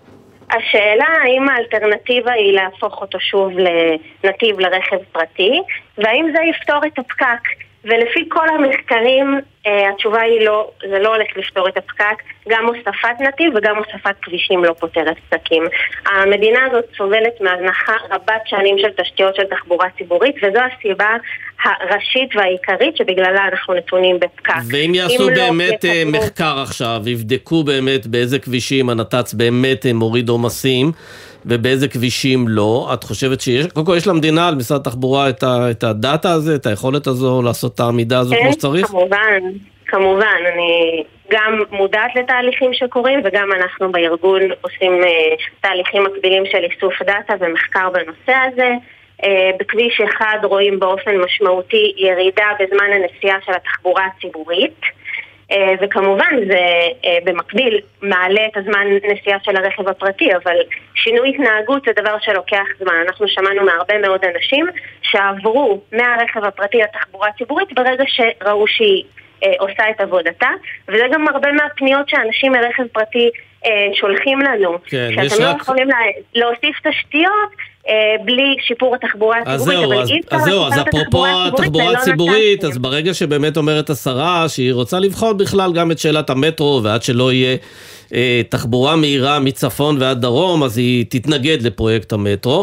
השאלה האם האלטרנטיבה היא להפוך אותו שוב לנתיב לרכב פרטי, והאם זה יפתור את הפקק. ולפי כל המחקרים, התשובה היא לא, זה לא הולך לפתור את הפקק, גם הוספת נתיב וגם הוספת כבישים לא פותרת פקקים. המדינה הזאת סובלת מהזנחה רבת שנים של תשתיות של תחבורה ציבורית, וזו הסיבה הראשית והעיקרית שבגללה אנחנו נתונים בפקק. ואם יעשו באמת מחקר עכשיו, יבדקו באמת באיזה כבישים הנת"צ באמת מוריד עומסים, ובאיזה כבישים לא, את חושבת שיש, קודם כל יש למדינה, על משרד התחבורה, את הדאטה הזה, את היכולת הזו, לעשות את העמידה הזו כמו שצריך? כמובן, אני גם מודעת לתהליכים שקורים, וגם אנחנו בארגון עושים תהליכים מקבילים של איסוף דאטה ומחקר בנושא הזה. בכביש אחד רואים באופן משמעותי ירידה בזמן הנסיעה של התחבורה הציבורית, וכמובן זה במקביל מעלה את הזמן נסיעה של הרכב הפרטי, אבל שינוי התנהגות זה דבר שלוקח זמן. אנחנו שמענו מהרבה מאוד אנשים שעברו מהרכב הפרטי לתחבורה הציבורית ברגע שראו שהיא עושה את עבודתה, וזה גם הרבה מהפניות שאנשים מרכב פרטי שולחים לנו, כן, שאתם לא יכולים להוסיף תשתיות בלי שיפור התחבורה הציבורית. אז זהו, אז אפרופו התחבורה הציבורית, אז ברגע שבאמת אומרת השרה שהיא רוצה לבחון בכלל גם את שאלת המטרו, ועד שלא יהיה תחבורה מהירה מצפון ועד דרום, אז היא תתנגד לפרויקט המטרו.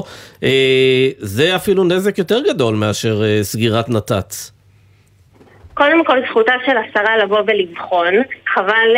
זה אפילו נזק יותר גדול מאשר סגירת נת"צ. קודם כל זכותה של השרה לבוא ולבחון, חבל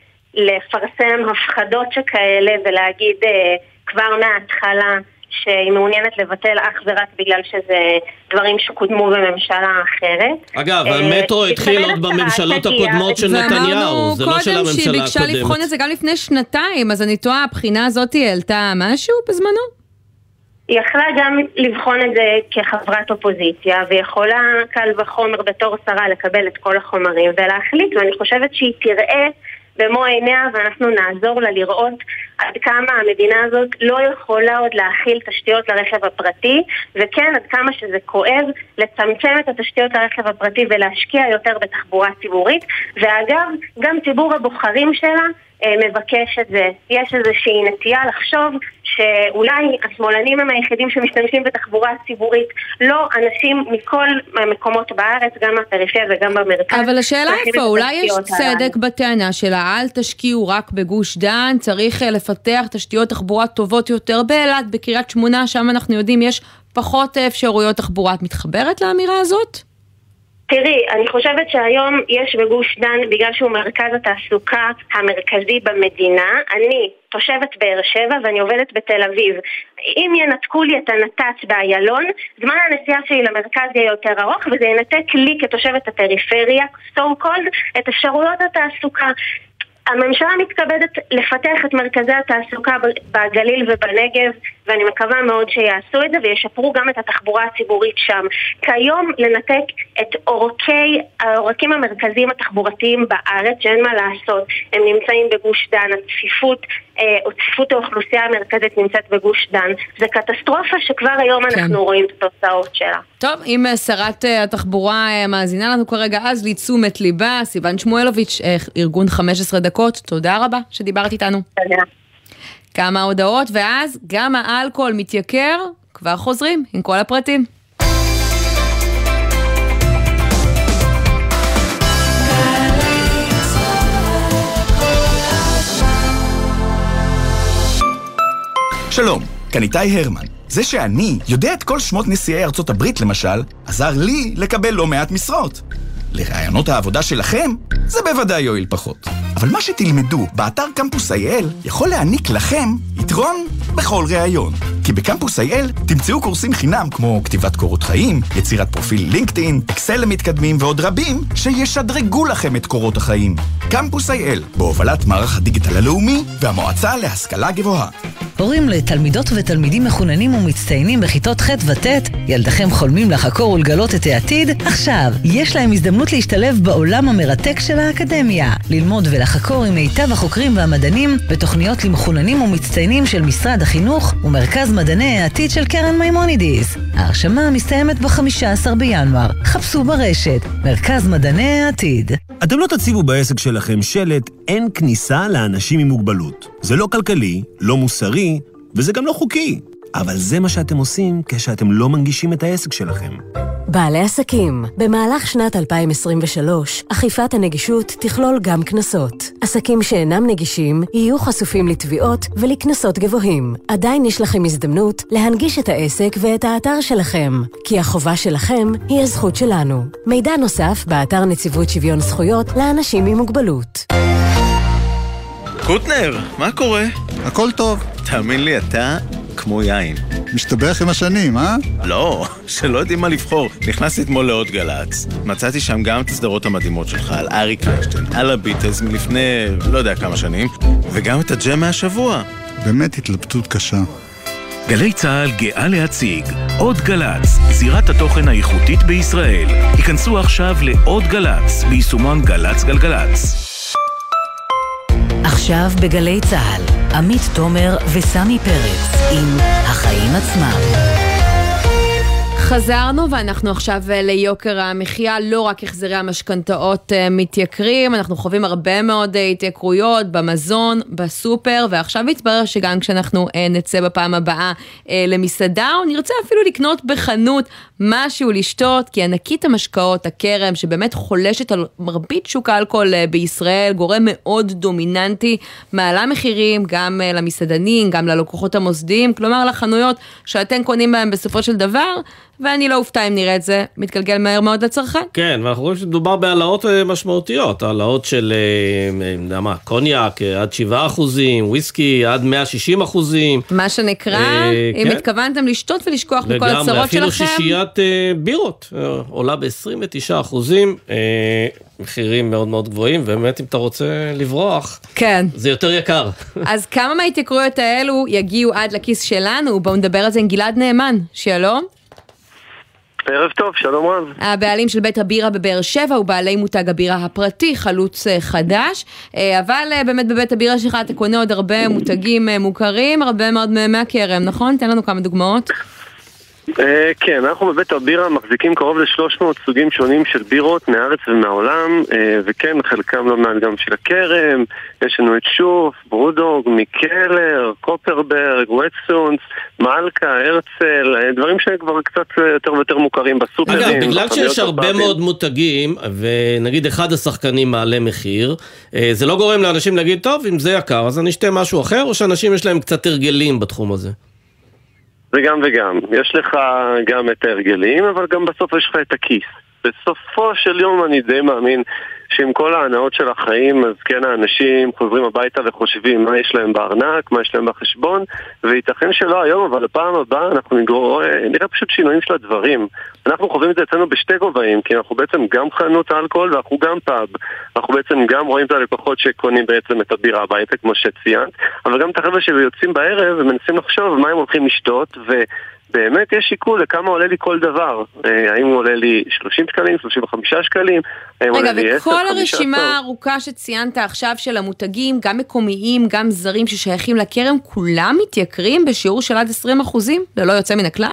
לפרסם הפחדות שכאלה ולהגיד כבר מההתחלה שהיא מעוניינת לבטל אך ורק בגלל שזה דברים שקודמו בממשלה אחרת. אגב, המטרו התחיל עוד בממשלות הקודמות של נתניהו, זה לא של הממשלה הקודמת. ואמרנו קודם שהיא ביקשה לבחון את זה גם לפני שנתיים, אז אני טועה, הבחינה הזאת העלתה משהו בזמנו? היא יכלה גם לבחון את זה כחברת אופוזיציה, ויכולה קל וחומר בתור שרה לקבל את כל החומרים ולהחליט, ואני חושבת שהיא תראה במו עיניה, ואנחנו נעזור לה לראות עד כמה המדינה הזאת לא יכולה עוד להכיל תשתיות לרכב הפרטי, וכן עד כמה שזה כואב לצמצם את התשתיות לרכב הפרטי ולהשקיע יותר בתחבורה ציבורית, ואגב, גם ציבור הבוחרים שלה מבקש את זה. יש איזושהי נטייה לחשוב שאולי השמאלנים הם היחידים שמשתמשים בתחבורה ציבורית, לא אנשים מכל המקומות בארץ, גם בפריפריה וגם במרכז. אבל השאלה איפה, אולי יש צדק בטענה שלה, אל תשקיעו רק בגוש דן, צריך לפתח תשתיות תחבורה טובות יותר באילת, בקריית שמונה, שם אנחנו יודעים יש פחות אפשרויות תחבורה. את מתחברת לאמירה הזאת? תראי, אני חושבת שהיום יש בגוש דן, בגלל שהוא מרכז התעסוקה המרכזי במדינה, אני תושבת באר שבע ואני עובדת בתל אביב. אם ינתקו לי את הנת"צ באיילון, זמן הנסיעה שלי למרכז יהיה יותר ארוך, וזה ינתק לי כתושבת הפריפריה, so called, את אפשרויות התעסוקה. הממשלה מתכבדת לפתח את מרכזי התעסוקה בגליל ובנגב, ואני מקווה מאוד שיעשו את זה וישפרו גם את התחבורה הציבורית שם. כיום לנתק את העורקים המרכזיים התחבורתיים בארץ, שאין מה לעשות, הם נמצאים בגוש דן, צפיפות האוכלוסייה המרכזית נמצאת בגוש דן. זה קטסטרופה שכבר היום אנחנו רואים את התוצאות שלה. טוב, אם שרת התחבורה מאזינה לנו כרגע, אז לתשומת ליבה, סיוון שמואלוביץ', ארגון 15 דקות, תודה רבה שדיברת איתנו. תודה. כמה הודעות, ואז גם האלכוהול מתייקר, כבר חוזרים עם כל הפרטים. שלום, כאן איתי הרמן. זה שאני יודע את כל שמות נשיאי ארצות הברית למשל, עזר לי לקבל לא מעט משרות. לרעיונות העבודה שלכם, זה בוודאי יועיל פחות. אבל מה שתלמדו באתר קמפוס IL יכול להעניק לכם יתרון בכל רעיון. כי בקמפוס IL תמצאו קורסים חינם כמו כתיבת קורות חיים, יצירת פרופיל לינקדאין, אקסל למתקדמים ועוד רבים שישדרגו לכם את קורות החיים. קמפוס IL, בהובלת מערך הדיגיטל הלאומי והמועצה להשכלה גבוהה. הורים לתלמידות ותלמידים מחוננים ומצטיינים בכיתות ח' וט', ילדיכם חולמים לחקור ולגלות את העתיד? עכשיו, יש להם הזדמנות להשתלב בעולם המרתק של האקדמיה. ללמוד ולחקור עם מיטב החוקרים והמדענים בתוכניות למחוננים ומצטיינים של משרד החינוך ומרכז מדעני העתיד של קרן מימונידיס. ההרשמה מסתיימת ב-15 בינואר. חפשו ברשת, מרכז מדעני העתיד. אתם לא תציבו בעסק שלכם שלט אין כניסה לאנשים עם מוגבלות. זה לא כלכלי, לא מוסרי, וזה גם לא חוקי. אבל זה מה שאתם עושים כשאתם לא מנגישים את העסק שלכם. בעלי עסקים, במהלך שנת 2023, אכיפת הנגישות תכלול גם כנסות. עסקים שאינם נגישים יהיו חשופים לתביעות ולכנסות גבוהים. עדיין יש לכם הזדמנות להנגיש את העסק ואת האתר שלכם, כי החובה שלכם היא הזכות שלנו. מידע נוסף באתר נציבות שוויון זכויות לאנשים עם מוגבלות. קוטנר, מה קורה? הכל טוב. תאמין לי, אתה כמו יין. משתבח עם השנים, אה? לא, שלא יודעים מה לבחור. נכנסתי אתמול לעוד גלץ. מצאתי שם גם את הסדרות המדהימות שלך, על אריק איינשטיין, על הביטלס מלפני לא יודע כמה שנים, וגם את הג'ם מהשבוע. באמת התלבטות קשה. גלי צהל גאה להציג עוד גלץ, זירת התוכן האיכותית בישראל. היכנסו עכשיו לעוד גלץ, ביישומון גלץ גלגלץ. עכשיו בגלי צהל, עמית תומר וסמי פרץ עם החיים עצמם. חזרנו ואנחנו עכשיו ליוקר המחיה, לא רק החזרי המשכנתאות מתייקרים, אנחנו חווים הרבה מאוד התייקרויות במזון, בסופר, ועכשיו התברר שגם כשאנחנו נצא בפעם הבאה למסעדה, או נרצה אפילו לקנות בחנות משהו לשתות, כי ענקית המשקאות, הכרם, שבאמת חולשת על מרבית שוק האלכוהול בישראל, גורם מאוד דומיננטי, מעלה מחירים גם למסעדנים, גם ללקוחות המוסדיים, כלומר לחנויות שאתם קונים בהם בסופו של דבר, ואני לא אופתע אם נראה את זה, מתגלגל מהר מאוד לצרכן. כן, ואנחנו רואים שדובר בהעלאות משמעותיות, העלאות של, קוניאק עד 7%, וויסקי עד 160%. מה שנקרא, אם התכוונתם לשתות ולשכוח מכל הצרות שלכם. אפילו שישיית בירות, עולה ב-29%, מחירים מאוד מאוד גבוהים, ובאמת אם אתה רוצה לברוח, כן. זה יותר יקר. אז כמה מההתייקרויות האלו יגיעו עד לכיס שלנו? בואו נדבר על זה עם גלעד נאמן. שלום. ערב טוב, שלום רב. הבעלים של בית הבירה בבאר שבע הוא בעלי מותג הבירה הפרטי, חלוץ חדש, אבל באמת בבית הבירה שלך אתה קונה עוד הרבה מותגים מוכרים, הרבה מאוד מהכרם, נכון? תן לנו כמה דוגמאות. כן, אנחנו בבית הבירה מחזיקים קרוב ל-300 סוגים שונים של בירות מהארץ ומהעולם, וכן, חלקם לא מעט גם של הכרם, יש לנו את שוף, ברודוג, מיקלר, קופרברג, וטסונס, מלכה, הרצל, דברים שכבר קצת יותר ויותר מוכרים בסופרים. אגב, בגלל שיש הרבה מאוד מותגים, ונגיד אחד השחקנים מעלה מחיר, זה לא גורם לאנשים להגיד, טוב, אם זה יקר, אז אני אשתה משהו אחר, או שאנשים יש להם קצת הרגלים בתחום הזה? זה גם וגם. יש לך גם את ההרגלים, אבל גם בסוף יש לך את הכיס. בסופו של יום אני די מאמין שעם כל הענאות של החיים, אז כן האנשים חוזרים הביתה וחושבים מה יש להם בארנק, מה יש להם בחשבון, וייתכן שלא היום, אבל לפעם הבאה אנחנו נראה פשוט שינויים של הדברים. אנחנו חווים את זה אצלנו בשתי גובעים, כי אנחנו בעצם גם חנות אלכוהול ואנחנו גם פאב. אנחנו בעצם גם רואים את הלקוחות שקונים בעצם את הבירה הביתה, כמו שציינת, אבל גם את החבר'ה שיוצאים בערב ומנסים לחשוב מה הם הולכים לשתות, באמת יש שיקול לכמה עולה לי כל דבר. האם הוא עולה לי 30 שקלים, 35 שקלים, האם עולה לי 10, 15. וכל הרשימה הארוכה שציינת עכשיו של המותגים, גם מקומיים, גם זרים ששייכים לכרם, כולם מתייקרים בשיעור של עד 20%? ללא יוצא מן הכלל?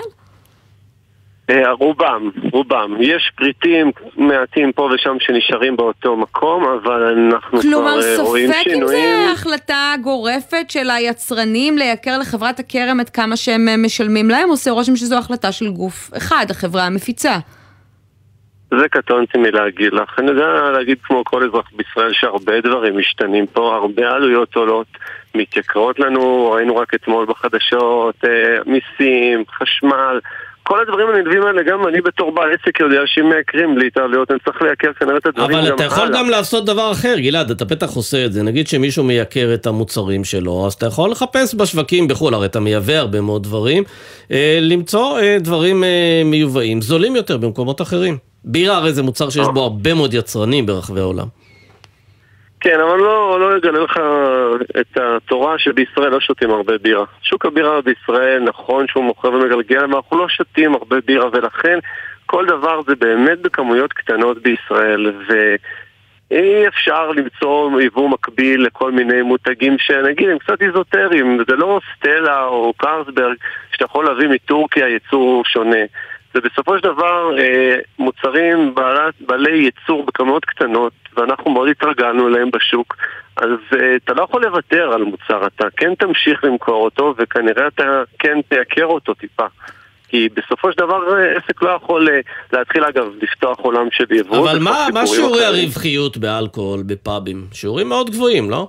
רובם. יש פריטים מעטים פה ושם שנשארים באותו מקום, אבל אנחנו כלומר, כבר רואים שינויים. כלומר, ספק אם זה החלטה גורפת של היצרנים לייקר לחברת הכרם את כמה שהם משלמים להם, עושה רושם שזו החלטה של גוף אחד, החברה המפיצה. זה קטונתי מלהגיד לך. אני יודע להגיד כמו כל אזרח בישראל שהרבה דברים משתנים פה, הרבה עלויות עולות, מתייקרות לנו, ראינו רק אתמול בחדשות, מיסים, חשמל, כל הדברים הנלווים האלה, גם אני בתור בעל עסק יודע שאם מייקרים לי את העלויות, אני צריך לייקר כנראה את הדברים גם הלאה. אבל אתה יכול גם לעשות דבר אחר, גלעד, אתה בטח עושה את זה. נגיד שמישהו מייקר את המוצרים שלו, אז אתה יכול לחפש בשווקים בחול, הרי אתה מייבא הרבה מאוד דברים, למצוא דברים מיובאים, זולים יותר במקומות אחרים. בירה הרי זה מוצר שיש בו הרבה מאוד יצרנים ברחבי העולם. כן, אבל לא יגלה לך את התורה שבישראל לא שותים הרבה בירה. שוק הבירה בישראל, נכון שהוא מוכר ומגלגל, אבל אנחנו לא שותים הרבה בירה, ולכן כל דבר זה באמת בכמויות קטנות בישראל, ואי אפשר למצוא ייבוא מקביל לכל מיני מותגים שנגיד הם קצת איזוטריים, זה לא סטלה או קרסברג שאתה יכול להביא מטורקיה ייצור שונה. זה בסופו של דבר מוצרים בעלי ייצור בכמויות קטנות, ואנחנו מאוד התרגלנו אליהם בשוק, אז אתה לא יכול לוותר על מוצר, אתה כן תמשיך למכור אותו, וכנראה אתה כן תייקר אותו טיפה. כי בסופו של דבר עסק לא יכול להתחיל אגב לפתוח עולם של יבוא. אבל מה שיעורי הרווחיות באלכוהול, בפאבים? שיעורים מאוד גבוהים, לא?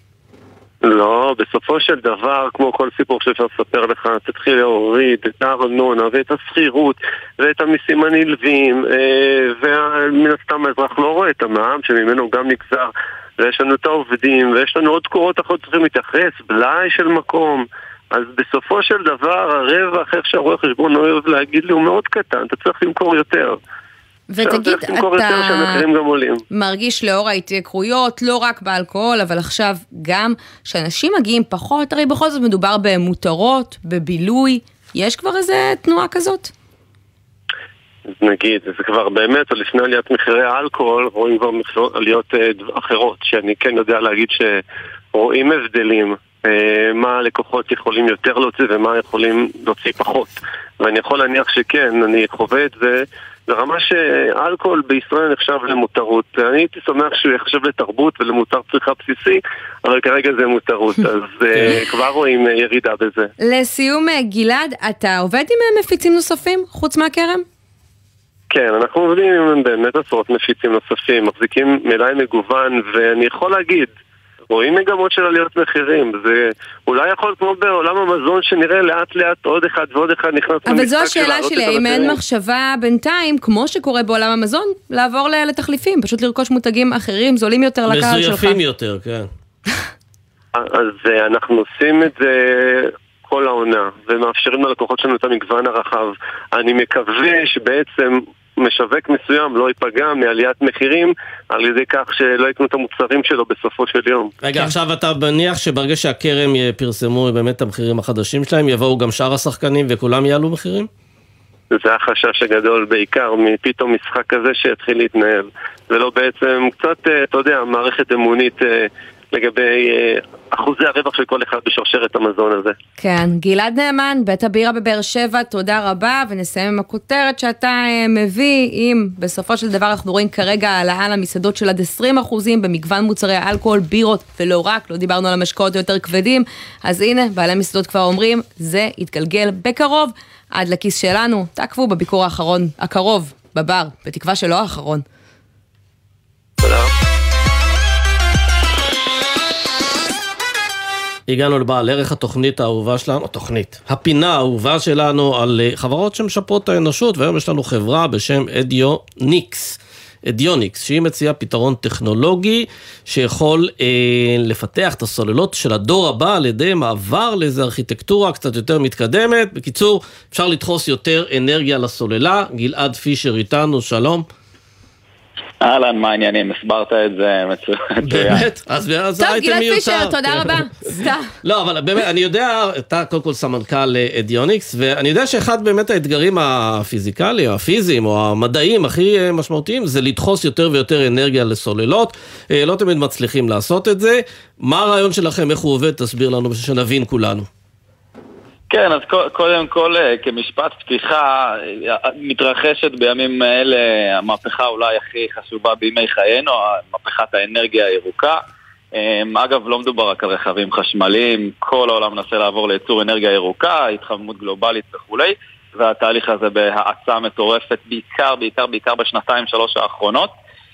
לא, בסופו של דבר, כמו כל סיפור שאפשר לספר לך, תתחיל להוריד את הארנונה ואת הסחירות ואת המיסים הנלווים, ומן הסתם האזרח לא רואה את המע"מ שממנו גם נגזר, ויש לנו את העובדים ויש לנו עוד תקורות אחרות צריכים להתייחס, בלאי של מקום. אז בסופו של דבר הרווח, איך שהרואה חשבון אוהב להגיד לי, הוא מאוד קטן, אתה צריך למכור יותר. ותגיד, אתה מרגיש לאור ההתייקרויות, לא רק באלכוהול, אבל עכשיו גם שאנשים מגיעים פחות, הרי בכל זאת מדובר במותרות, בבילוי, יש כבר איזה תנועה כזאת? אז נגיד, זה כבר באמת, לפני עליית מחירי האלכוהול, רואים כבר עליות אחרות, שאני כן יודע להגיד שרואים הבדלים, מה הלקוחות יכולים יותר להוציא ומה יכולים להוציא פחות. ואני יכול להניח שכן, אני חווה את זה, ברמה שאלכוהול בישראל נחשב למותרות. אני הייתי שמח שהוא יחשב לתרבות ולמותר צריכה בסיסי, אבל כרגע זה מותרות, אז כבר רואים ירידה בזה. לסיום, גלעד, אתה עובד עם מפיצים נוספים חוץ מהכרם? כן, אנחנו עובדים עם באמת עשרות מפיצים נוספים, מחזיקים מלאי מגוון, ואני יכול להגיד, רואים מגמות של עליות מחירים, זה אולי יכול כמו בעולם המזון שנראה לאט לאט עוד אחד ועוד אחד נכנס למשחק. אבל זו השאלה שלי, האם אין מחשבה בינתיים, כמו שקורה בעולם המזון, לעבור לתחליפים, פשוט לרכוש מותגים אחרים, זולים יותר לקהל שלך. מזויפים יותר, כן. אז אנחנו עושים את זה כל העונה, ומאפשרים ללקוחות שלנו את המגוון הרחב. אני מקווה שבעצם משווק מסוים לא ייפגע מעליית מחירים על ידי כך שלא יקנו את המוצרים שלו בסופו של יום. רגע, עכשיו אתה מניח שברגע שהכרם פרסמו באמת את המחירים החדשים שלהם, יבואו גם שאר השחקנים וכולם יעלו מחירים? זה החשש הגדול בעיקר מפתאום משחק כזה שיתחיל להתנהל. זה לא בעצם קצת, אתה יודע, מערכת אמונית לגבי אחוזי הרווח של כל אחד בשרשרת המזון הזה. כן, גלעד נאמן, בית הבירה בבאר שבע, תודה רבה, ונסיים עם הכותרת שאתה מביא, אם בסופו של דבר אנחנו רואים כרגע העלאה למסעדות של עד 20% במגוון מוצרי האלכוהול, בירות, ולא רק, לא דיברנו על המשקאות היותר כבדים, אז הנה, בעלי מסעדות כבר אומרים, זה יתגלגל בקרוב, עד לכיס שלנו, תעקבו בביקור הקרוב בבר, בתקווה שלא האחרון. תודה. הגענו לבעל ערך התוכנית האהובה שלנו, הפינה האהובה שלנו על חברות שמשפרות את האנושות, והיום יש לנו חברה בשם אדיוניקס, שהיא מציעה פתרון טכנולוגי שיכול לפתח את הסוללות של הדור הבא על ידי מעבר לאיזו ארכיטקטורה קצת יותר מתקדמת. בקיצור, אפשר לדחוס יותר אנרגיה לסוללה. גלעד פישר איתנו, שלום. אהלן, מה העניינים? הסברת את זה מצוין. באמת? אז טוב, גלעד פישר, תודה רבה. לא, אבל באמת, אני יודע, אתה קודם כל סמנכ"ל אדיוניקס, ואני יודע שאחד באמת האתגרים הפיזיקליים, הפיזיים או המדעיים הכי משמעותיים, זה לדחוס יותר ויותר אנרגיה לסוללות. לא תמיד מצליחים לעשות את זה. מה הרעיון שלכם? איך הוא עובד? תסביר לנו בשביל שנבין כולנו. כן, אז קודם כל, כמשפט פתיחה, מתרחשת בימים האלה המהפכה אולי הכי חשובה בימי חיינו, מהפכת האנרגיה הירוקה. אגב, לא מדובר רק על רכבים חשמליים, כל העולם מנסה לעבור לייצור אנרגיה ירוקה, התחממות גלובלית וכו', והתהליך הזה בהאצה מטורפת, בעיקר בשנתיים-שלוש האחרונות.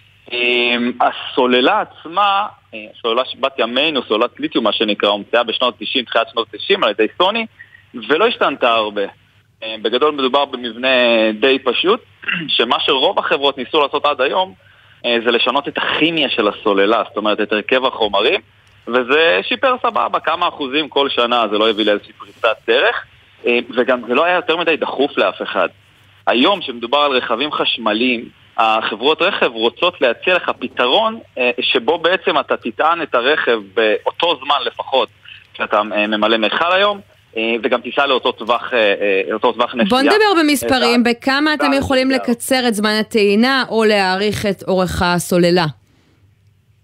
הסוללה עצמה, סוללה שבת ימינו, סוללת ליתיום, מה שנקרא, הומצאה בשנות 90, תחילת שנות 90 על ידי סוני, ולא השתנתה הרבה. בגדול מדובר במבנה די פשוט, שמה שרוב החברות ניסו לעשות עד היום, זה לשנות את הכימיה של הסוללה, זאת אומרת את הרכב החומרים, וזה שיפר סבבה, כמה אחוזים כל שנה, זה לא הביא לאיזושהי פריצת דרך, וגם זה לא היה יותר מדי דחוף לאף אחד. היום שמדובר על רכבים חשמליים, החברות רכב רוצות להציע לך פתרון, שבו בעצם אתה תטען את הרכב באותו זמן לפחות, שאתה ממלא מכל היום, וגם תיסע לאותו טווח נסיעה. בוא נדבר במספרים, בכמה אתם יכולים לקצר את זמן הטעינה או להאריך את אורך הסוללה?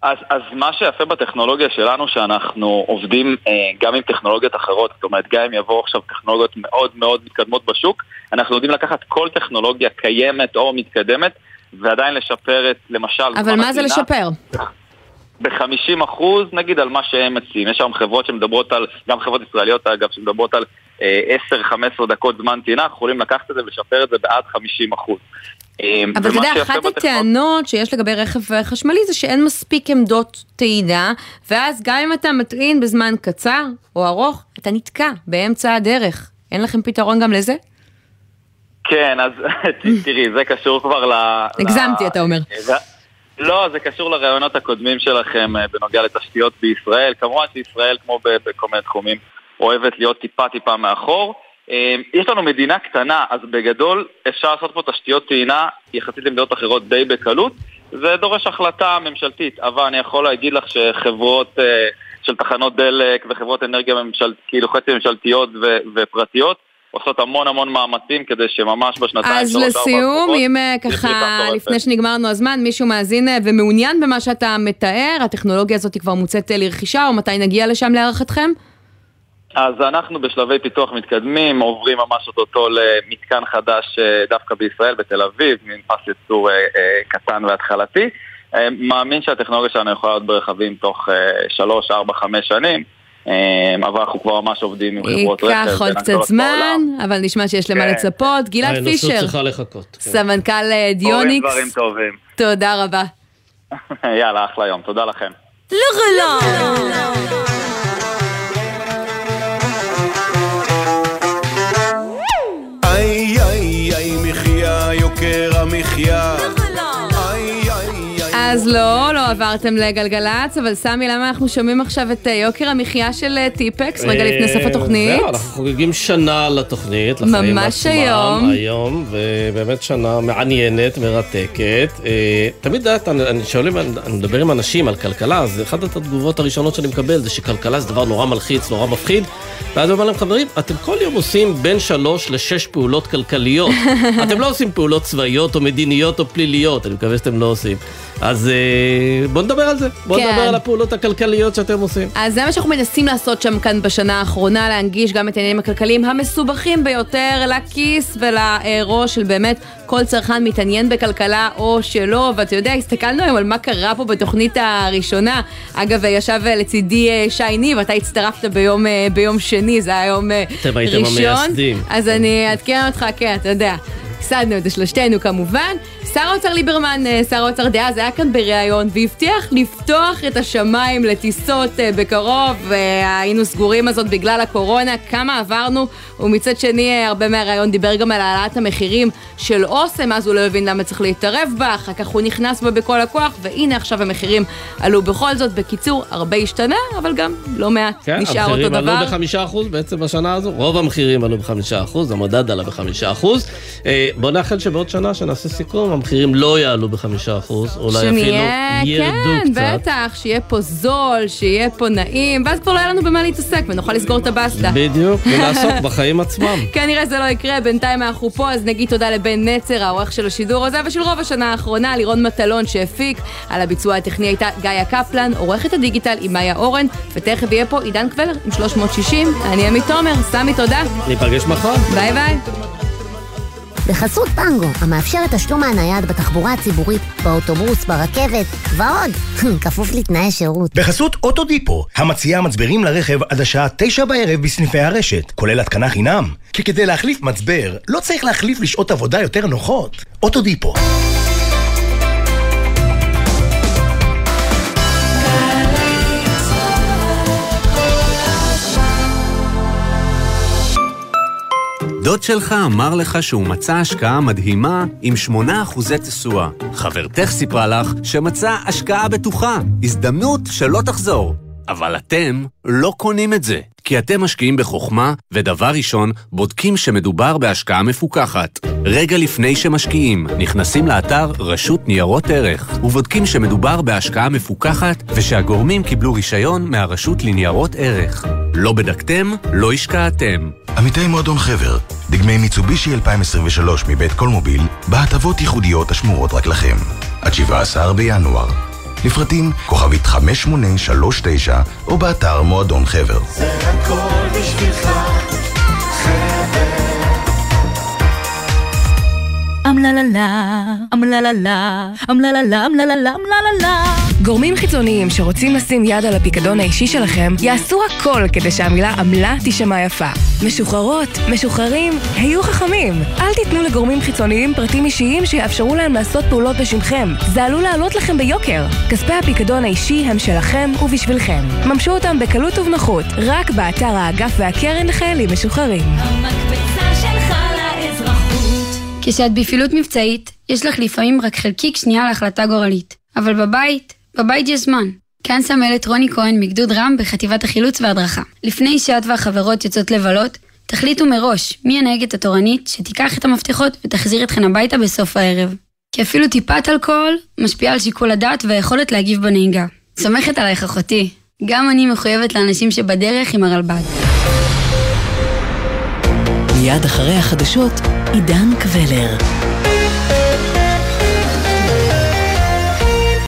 אז מה שיפה בטכנולוגיה שלנו, שאנחנו עובדים גם עם טכנולוגיות אחרות, זאת אומרת, גם אם יבואו עכשיו טכנולוגיות מאוד מאוד מתקדמות בשוק, אנחנו יודעים לקחת כל טכנולוגיה קיימת או מתקדמת, ועדיין לשפר את, למשל... אבל מה זה לשפר? ב-50% נגיד על מה שהם מציעים. יש שם חברות שמדברות על, גם חברות ישראליות אגב, שמדברות על 10-15 דקות זמן טעינה, יכולים לקחת את זה ולשפר את זה בעד 50%. אבל אתה יודע, אחת הטענות שיש לגבי רכב חשמלי זה שאין מספיק עמדות טעינה, ואז גם אם אתה מטעין בזמן קצר או ארוך, אתה נתקע באמצע הדרך. אין לכם פתרון גם לזה? כן, אז תראי, זה קשור כבר הגזמתי, אתה אומר. לא, זה קשור לרעיונות הקודמים שלכם בנוגע לתשתיות בישראל. כמובן שישראל, כמו בכל מיני תחומים, אוהבת להיות טיפה מאחור. יש לנו מדינה קטנה, אז בגדול אפשר לעשות פה תשתיות טעינה יחסית למדינות אחרות די בקלות. זה דורש החלטה ממשלתית, אבל אני יכול להגיד לך שחברות של תחנות דלק וחברות אנרגיה כאילו חצי ממשלתיות ופרטיות עושות המון מאמצים כדי שממש בשנתיים... אז לסיום, אם ככה לפני שנגמרנו הזמן, מישהו מאזין ומעוניין במה שאתה מתאר, הטכנולוגיה הזאת כבר מוצאת לרכישה, או מתי נגיע לשם להערכתכם? אז אנחנו בשלבי פיתוח מתקדמים, עוברים ממש אותו למתקן חדש דווקא בישראל, בתל אביב, מפס ייצור קטן והתחלתי. מאמין שהטכנולוגיה שלנו יכולה להיות ברכבים תוך 3, 4, 5 שנים, אבל אנחנו כבר ממש עובדים עם חברות רכב. ייקח עוד קצת זמן, אבל נשמע שיש למה לצפות. גלעד פישר, צריכה לחכות. סמנכ"ל דיוניקס. דברים טובים. תודה רבה. יאללה, אחלה יום. תודה לכם. איי מחיה, יוקר המחיה. אז לא עברתם לגלגלץ, אבל סמי, למה אנחנו שומעים עכשיו את יוקר המחיה של טיפקס רגע לפני סוף התוכנית? אנחנו חוגגים שנה לתוכנית, לחיים ממש היום, ובאמת שנה מעניינת, מרתקת. תמיד אני מדבר עם אנשים על כלכלה, אז אחת התגובות הראשונות שאני מקבל זה שכלכלה זה דבר נורא מלחיץ, נורא מפחיד, ואז אני אומר להם, חברים, אתם כל יום עושים בין 3 ל-6 פעולות כלכליות. אתם לא עושים פעולות צבאיות או מדיניות או פליליות, אני מקווה שאתם לא עושים. אז בואו נדבר על זה, בואו נדבר על הפעולות הכלכליות שאתם עושים. אז זה מה שאנחנו מנסים לעשות שם כאן בשנה האחרונה, להנגיש גם את העניינים הכלכליים המסובכים ביותר לכיס ולראש של באמת כל צרכן מתעניין בכלכלה או שלא, ואתה יודע, הסתכלנו היום על מה קרה פה בתוכנית הראשונה. אגב, ישב לצידי שי ניב, אתה הצטרפת ביום שני, זה היה יום ראשון. אז אני אתקן אותך, כן, אתה יודע. הפסדנו את שלושתנו כמובן. שר האוצר ליברמן, שר האוצר דאז, היה כאן בריאיון והבטיח לפתוח את השמיים לטיסות בקרוב, והיינו סגורים הזאת בגלל הקורונה, כמה עברנו, ומצד שני הרבה מהריאיון דיבר גם על העלאת המחירים של אוסם, אז הוא לא הבין למה צריך להתערב בה, אחר כך הוא נכנס בה בכל הכוח, והנה עכשיו המחירים עלו בכל זאת. בקיצור, הרבה השתנה, אבל גם לא מעט, כן, נשאר אותו דבר. המחירים עלו ב5% בעצם בשנה הזו, רוב המחירים עלו ב5%, המדד עלה ב5%. בוא נאחל שבעוד שנה שנעשה סיכום, המחירים לא יעלו ב5%, אולי אפילו ירדו קצת. כן, בטח, שיהיה פה זול, שיהיה פה נעים, ואז כבר לא יהיה לנו במה להתעסק, ונוכל לסגור את הבסטה. בדיוק, ולעסוק בחיים עצמם. כנראה זה לא יקרה, בינתיים אנחנו פה, אז נגיד תודה לבן נצר, העורך של השידור הזה, ושל רוב השנה האחרונה, לירון מטלון שהפיק, על הביצוע הטכני הייתה גאיה קפלן, עורכת הדיגיטל עם מאיה אורן, ותכף יהיה פה עידן קבלר עם 360, אני עמית תומר, סמי תודה. ניפגש מחר. ביי ביי. בחסות פנגו, המאפשרת תשלום הנייד בתחבורה הציבורית, באוטובוס, ברכבת, ועוד, כפוף לתנאי שירות. בחסות אוטודיפו, המציעה מצברים לרכב עד השעה 9 בערב בסניפי הרשת, כולל התקנה חינם. כי כדי להחליף מצבר, לא צריך להחליף לשעות עבודה יותר נוחות. אוטודיפו. דוד שלך אמר לך שהוא מצא השקעה מדהימה עם 8% תשואה. חברתך סיפרה לך שמצא השקעה בטוחה, הזדמנות שלא תחזור. אבל אתם לא קונים את זה, כי אתם משקיעים בחוכמה, ודבר ראשון, בודקים שמדובר בהשקעה מפוקחת. רגע לפני שמשקיעים, נכנסים לאתר רשות ניירות ערך, ובודקים שמדובר בהשקעה מפוקחת, ושהגורמים קיבלו רישיון מהרשות לניירות ערך. לא בדקתם, לא השקעתם. עמיתי מועדון חבר, דגמי מיצובישי 2023 מבית קולמוביל, בהטבות ייחודיות השמורות רק לכם. עד 17 בינואר. לפרטים כוכבית 5839 או באתר מועדון חבר. זה הכל בשבילך, חבר. אמלללה, אמלללה, אמלללה, אמלללה, אמלללה. גורמים חיצוניים שרוצים לשים יד על הפיקדון האישי שלכם יעשו הכל כדי שהמילה עמלה תישמע יפה. משוחררות, משוחררים, היו חכמים. אל תיתנו לגורמים חיצוניים פרטים אישיים שיאפשרו להם לעשות פעולות בשמכם. זה עלול לעלות לכם ביוקר. כספי הפיקדון האישי הם שלכם ובשבילכם. ממשו אותם בקלות ובנוחות, רק באתר האגף והקרן לחיילים משוחררים. המקבצה שלך לאזרחות. כשאת בפעילות מבצעית, יש לך לפעמים רק חלקיק שנייה להחלטה גורלית. אבל בבית יש זמן. כאן סמלת רוני כהן מגדוד רם בחטיבת החילוץ והדרכה. לפני שאת והחברות יוצאות לבלות, תחליטו מראש מי הנהגת התורנית שתיקח את המפתחות ותחזיר אתכן הביתה בסוף הערב. כי אפילו טיפת אלכוהול משפיעה על שיקול הדעת והיכולת להגיב בנהיגה. סומכת עלייך אחותי. גם אני מחויבת לאנשים שבדרך עם הרלב"ד. מיד אחרי החדשות, עידן קבלר.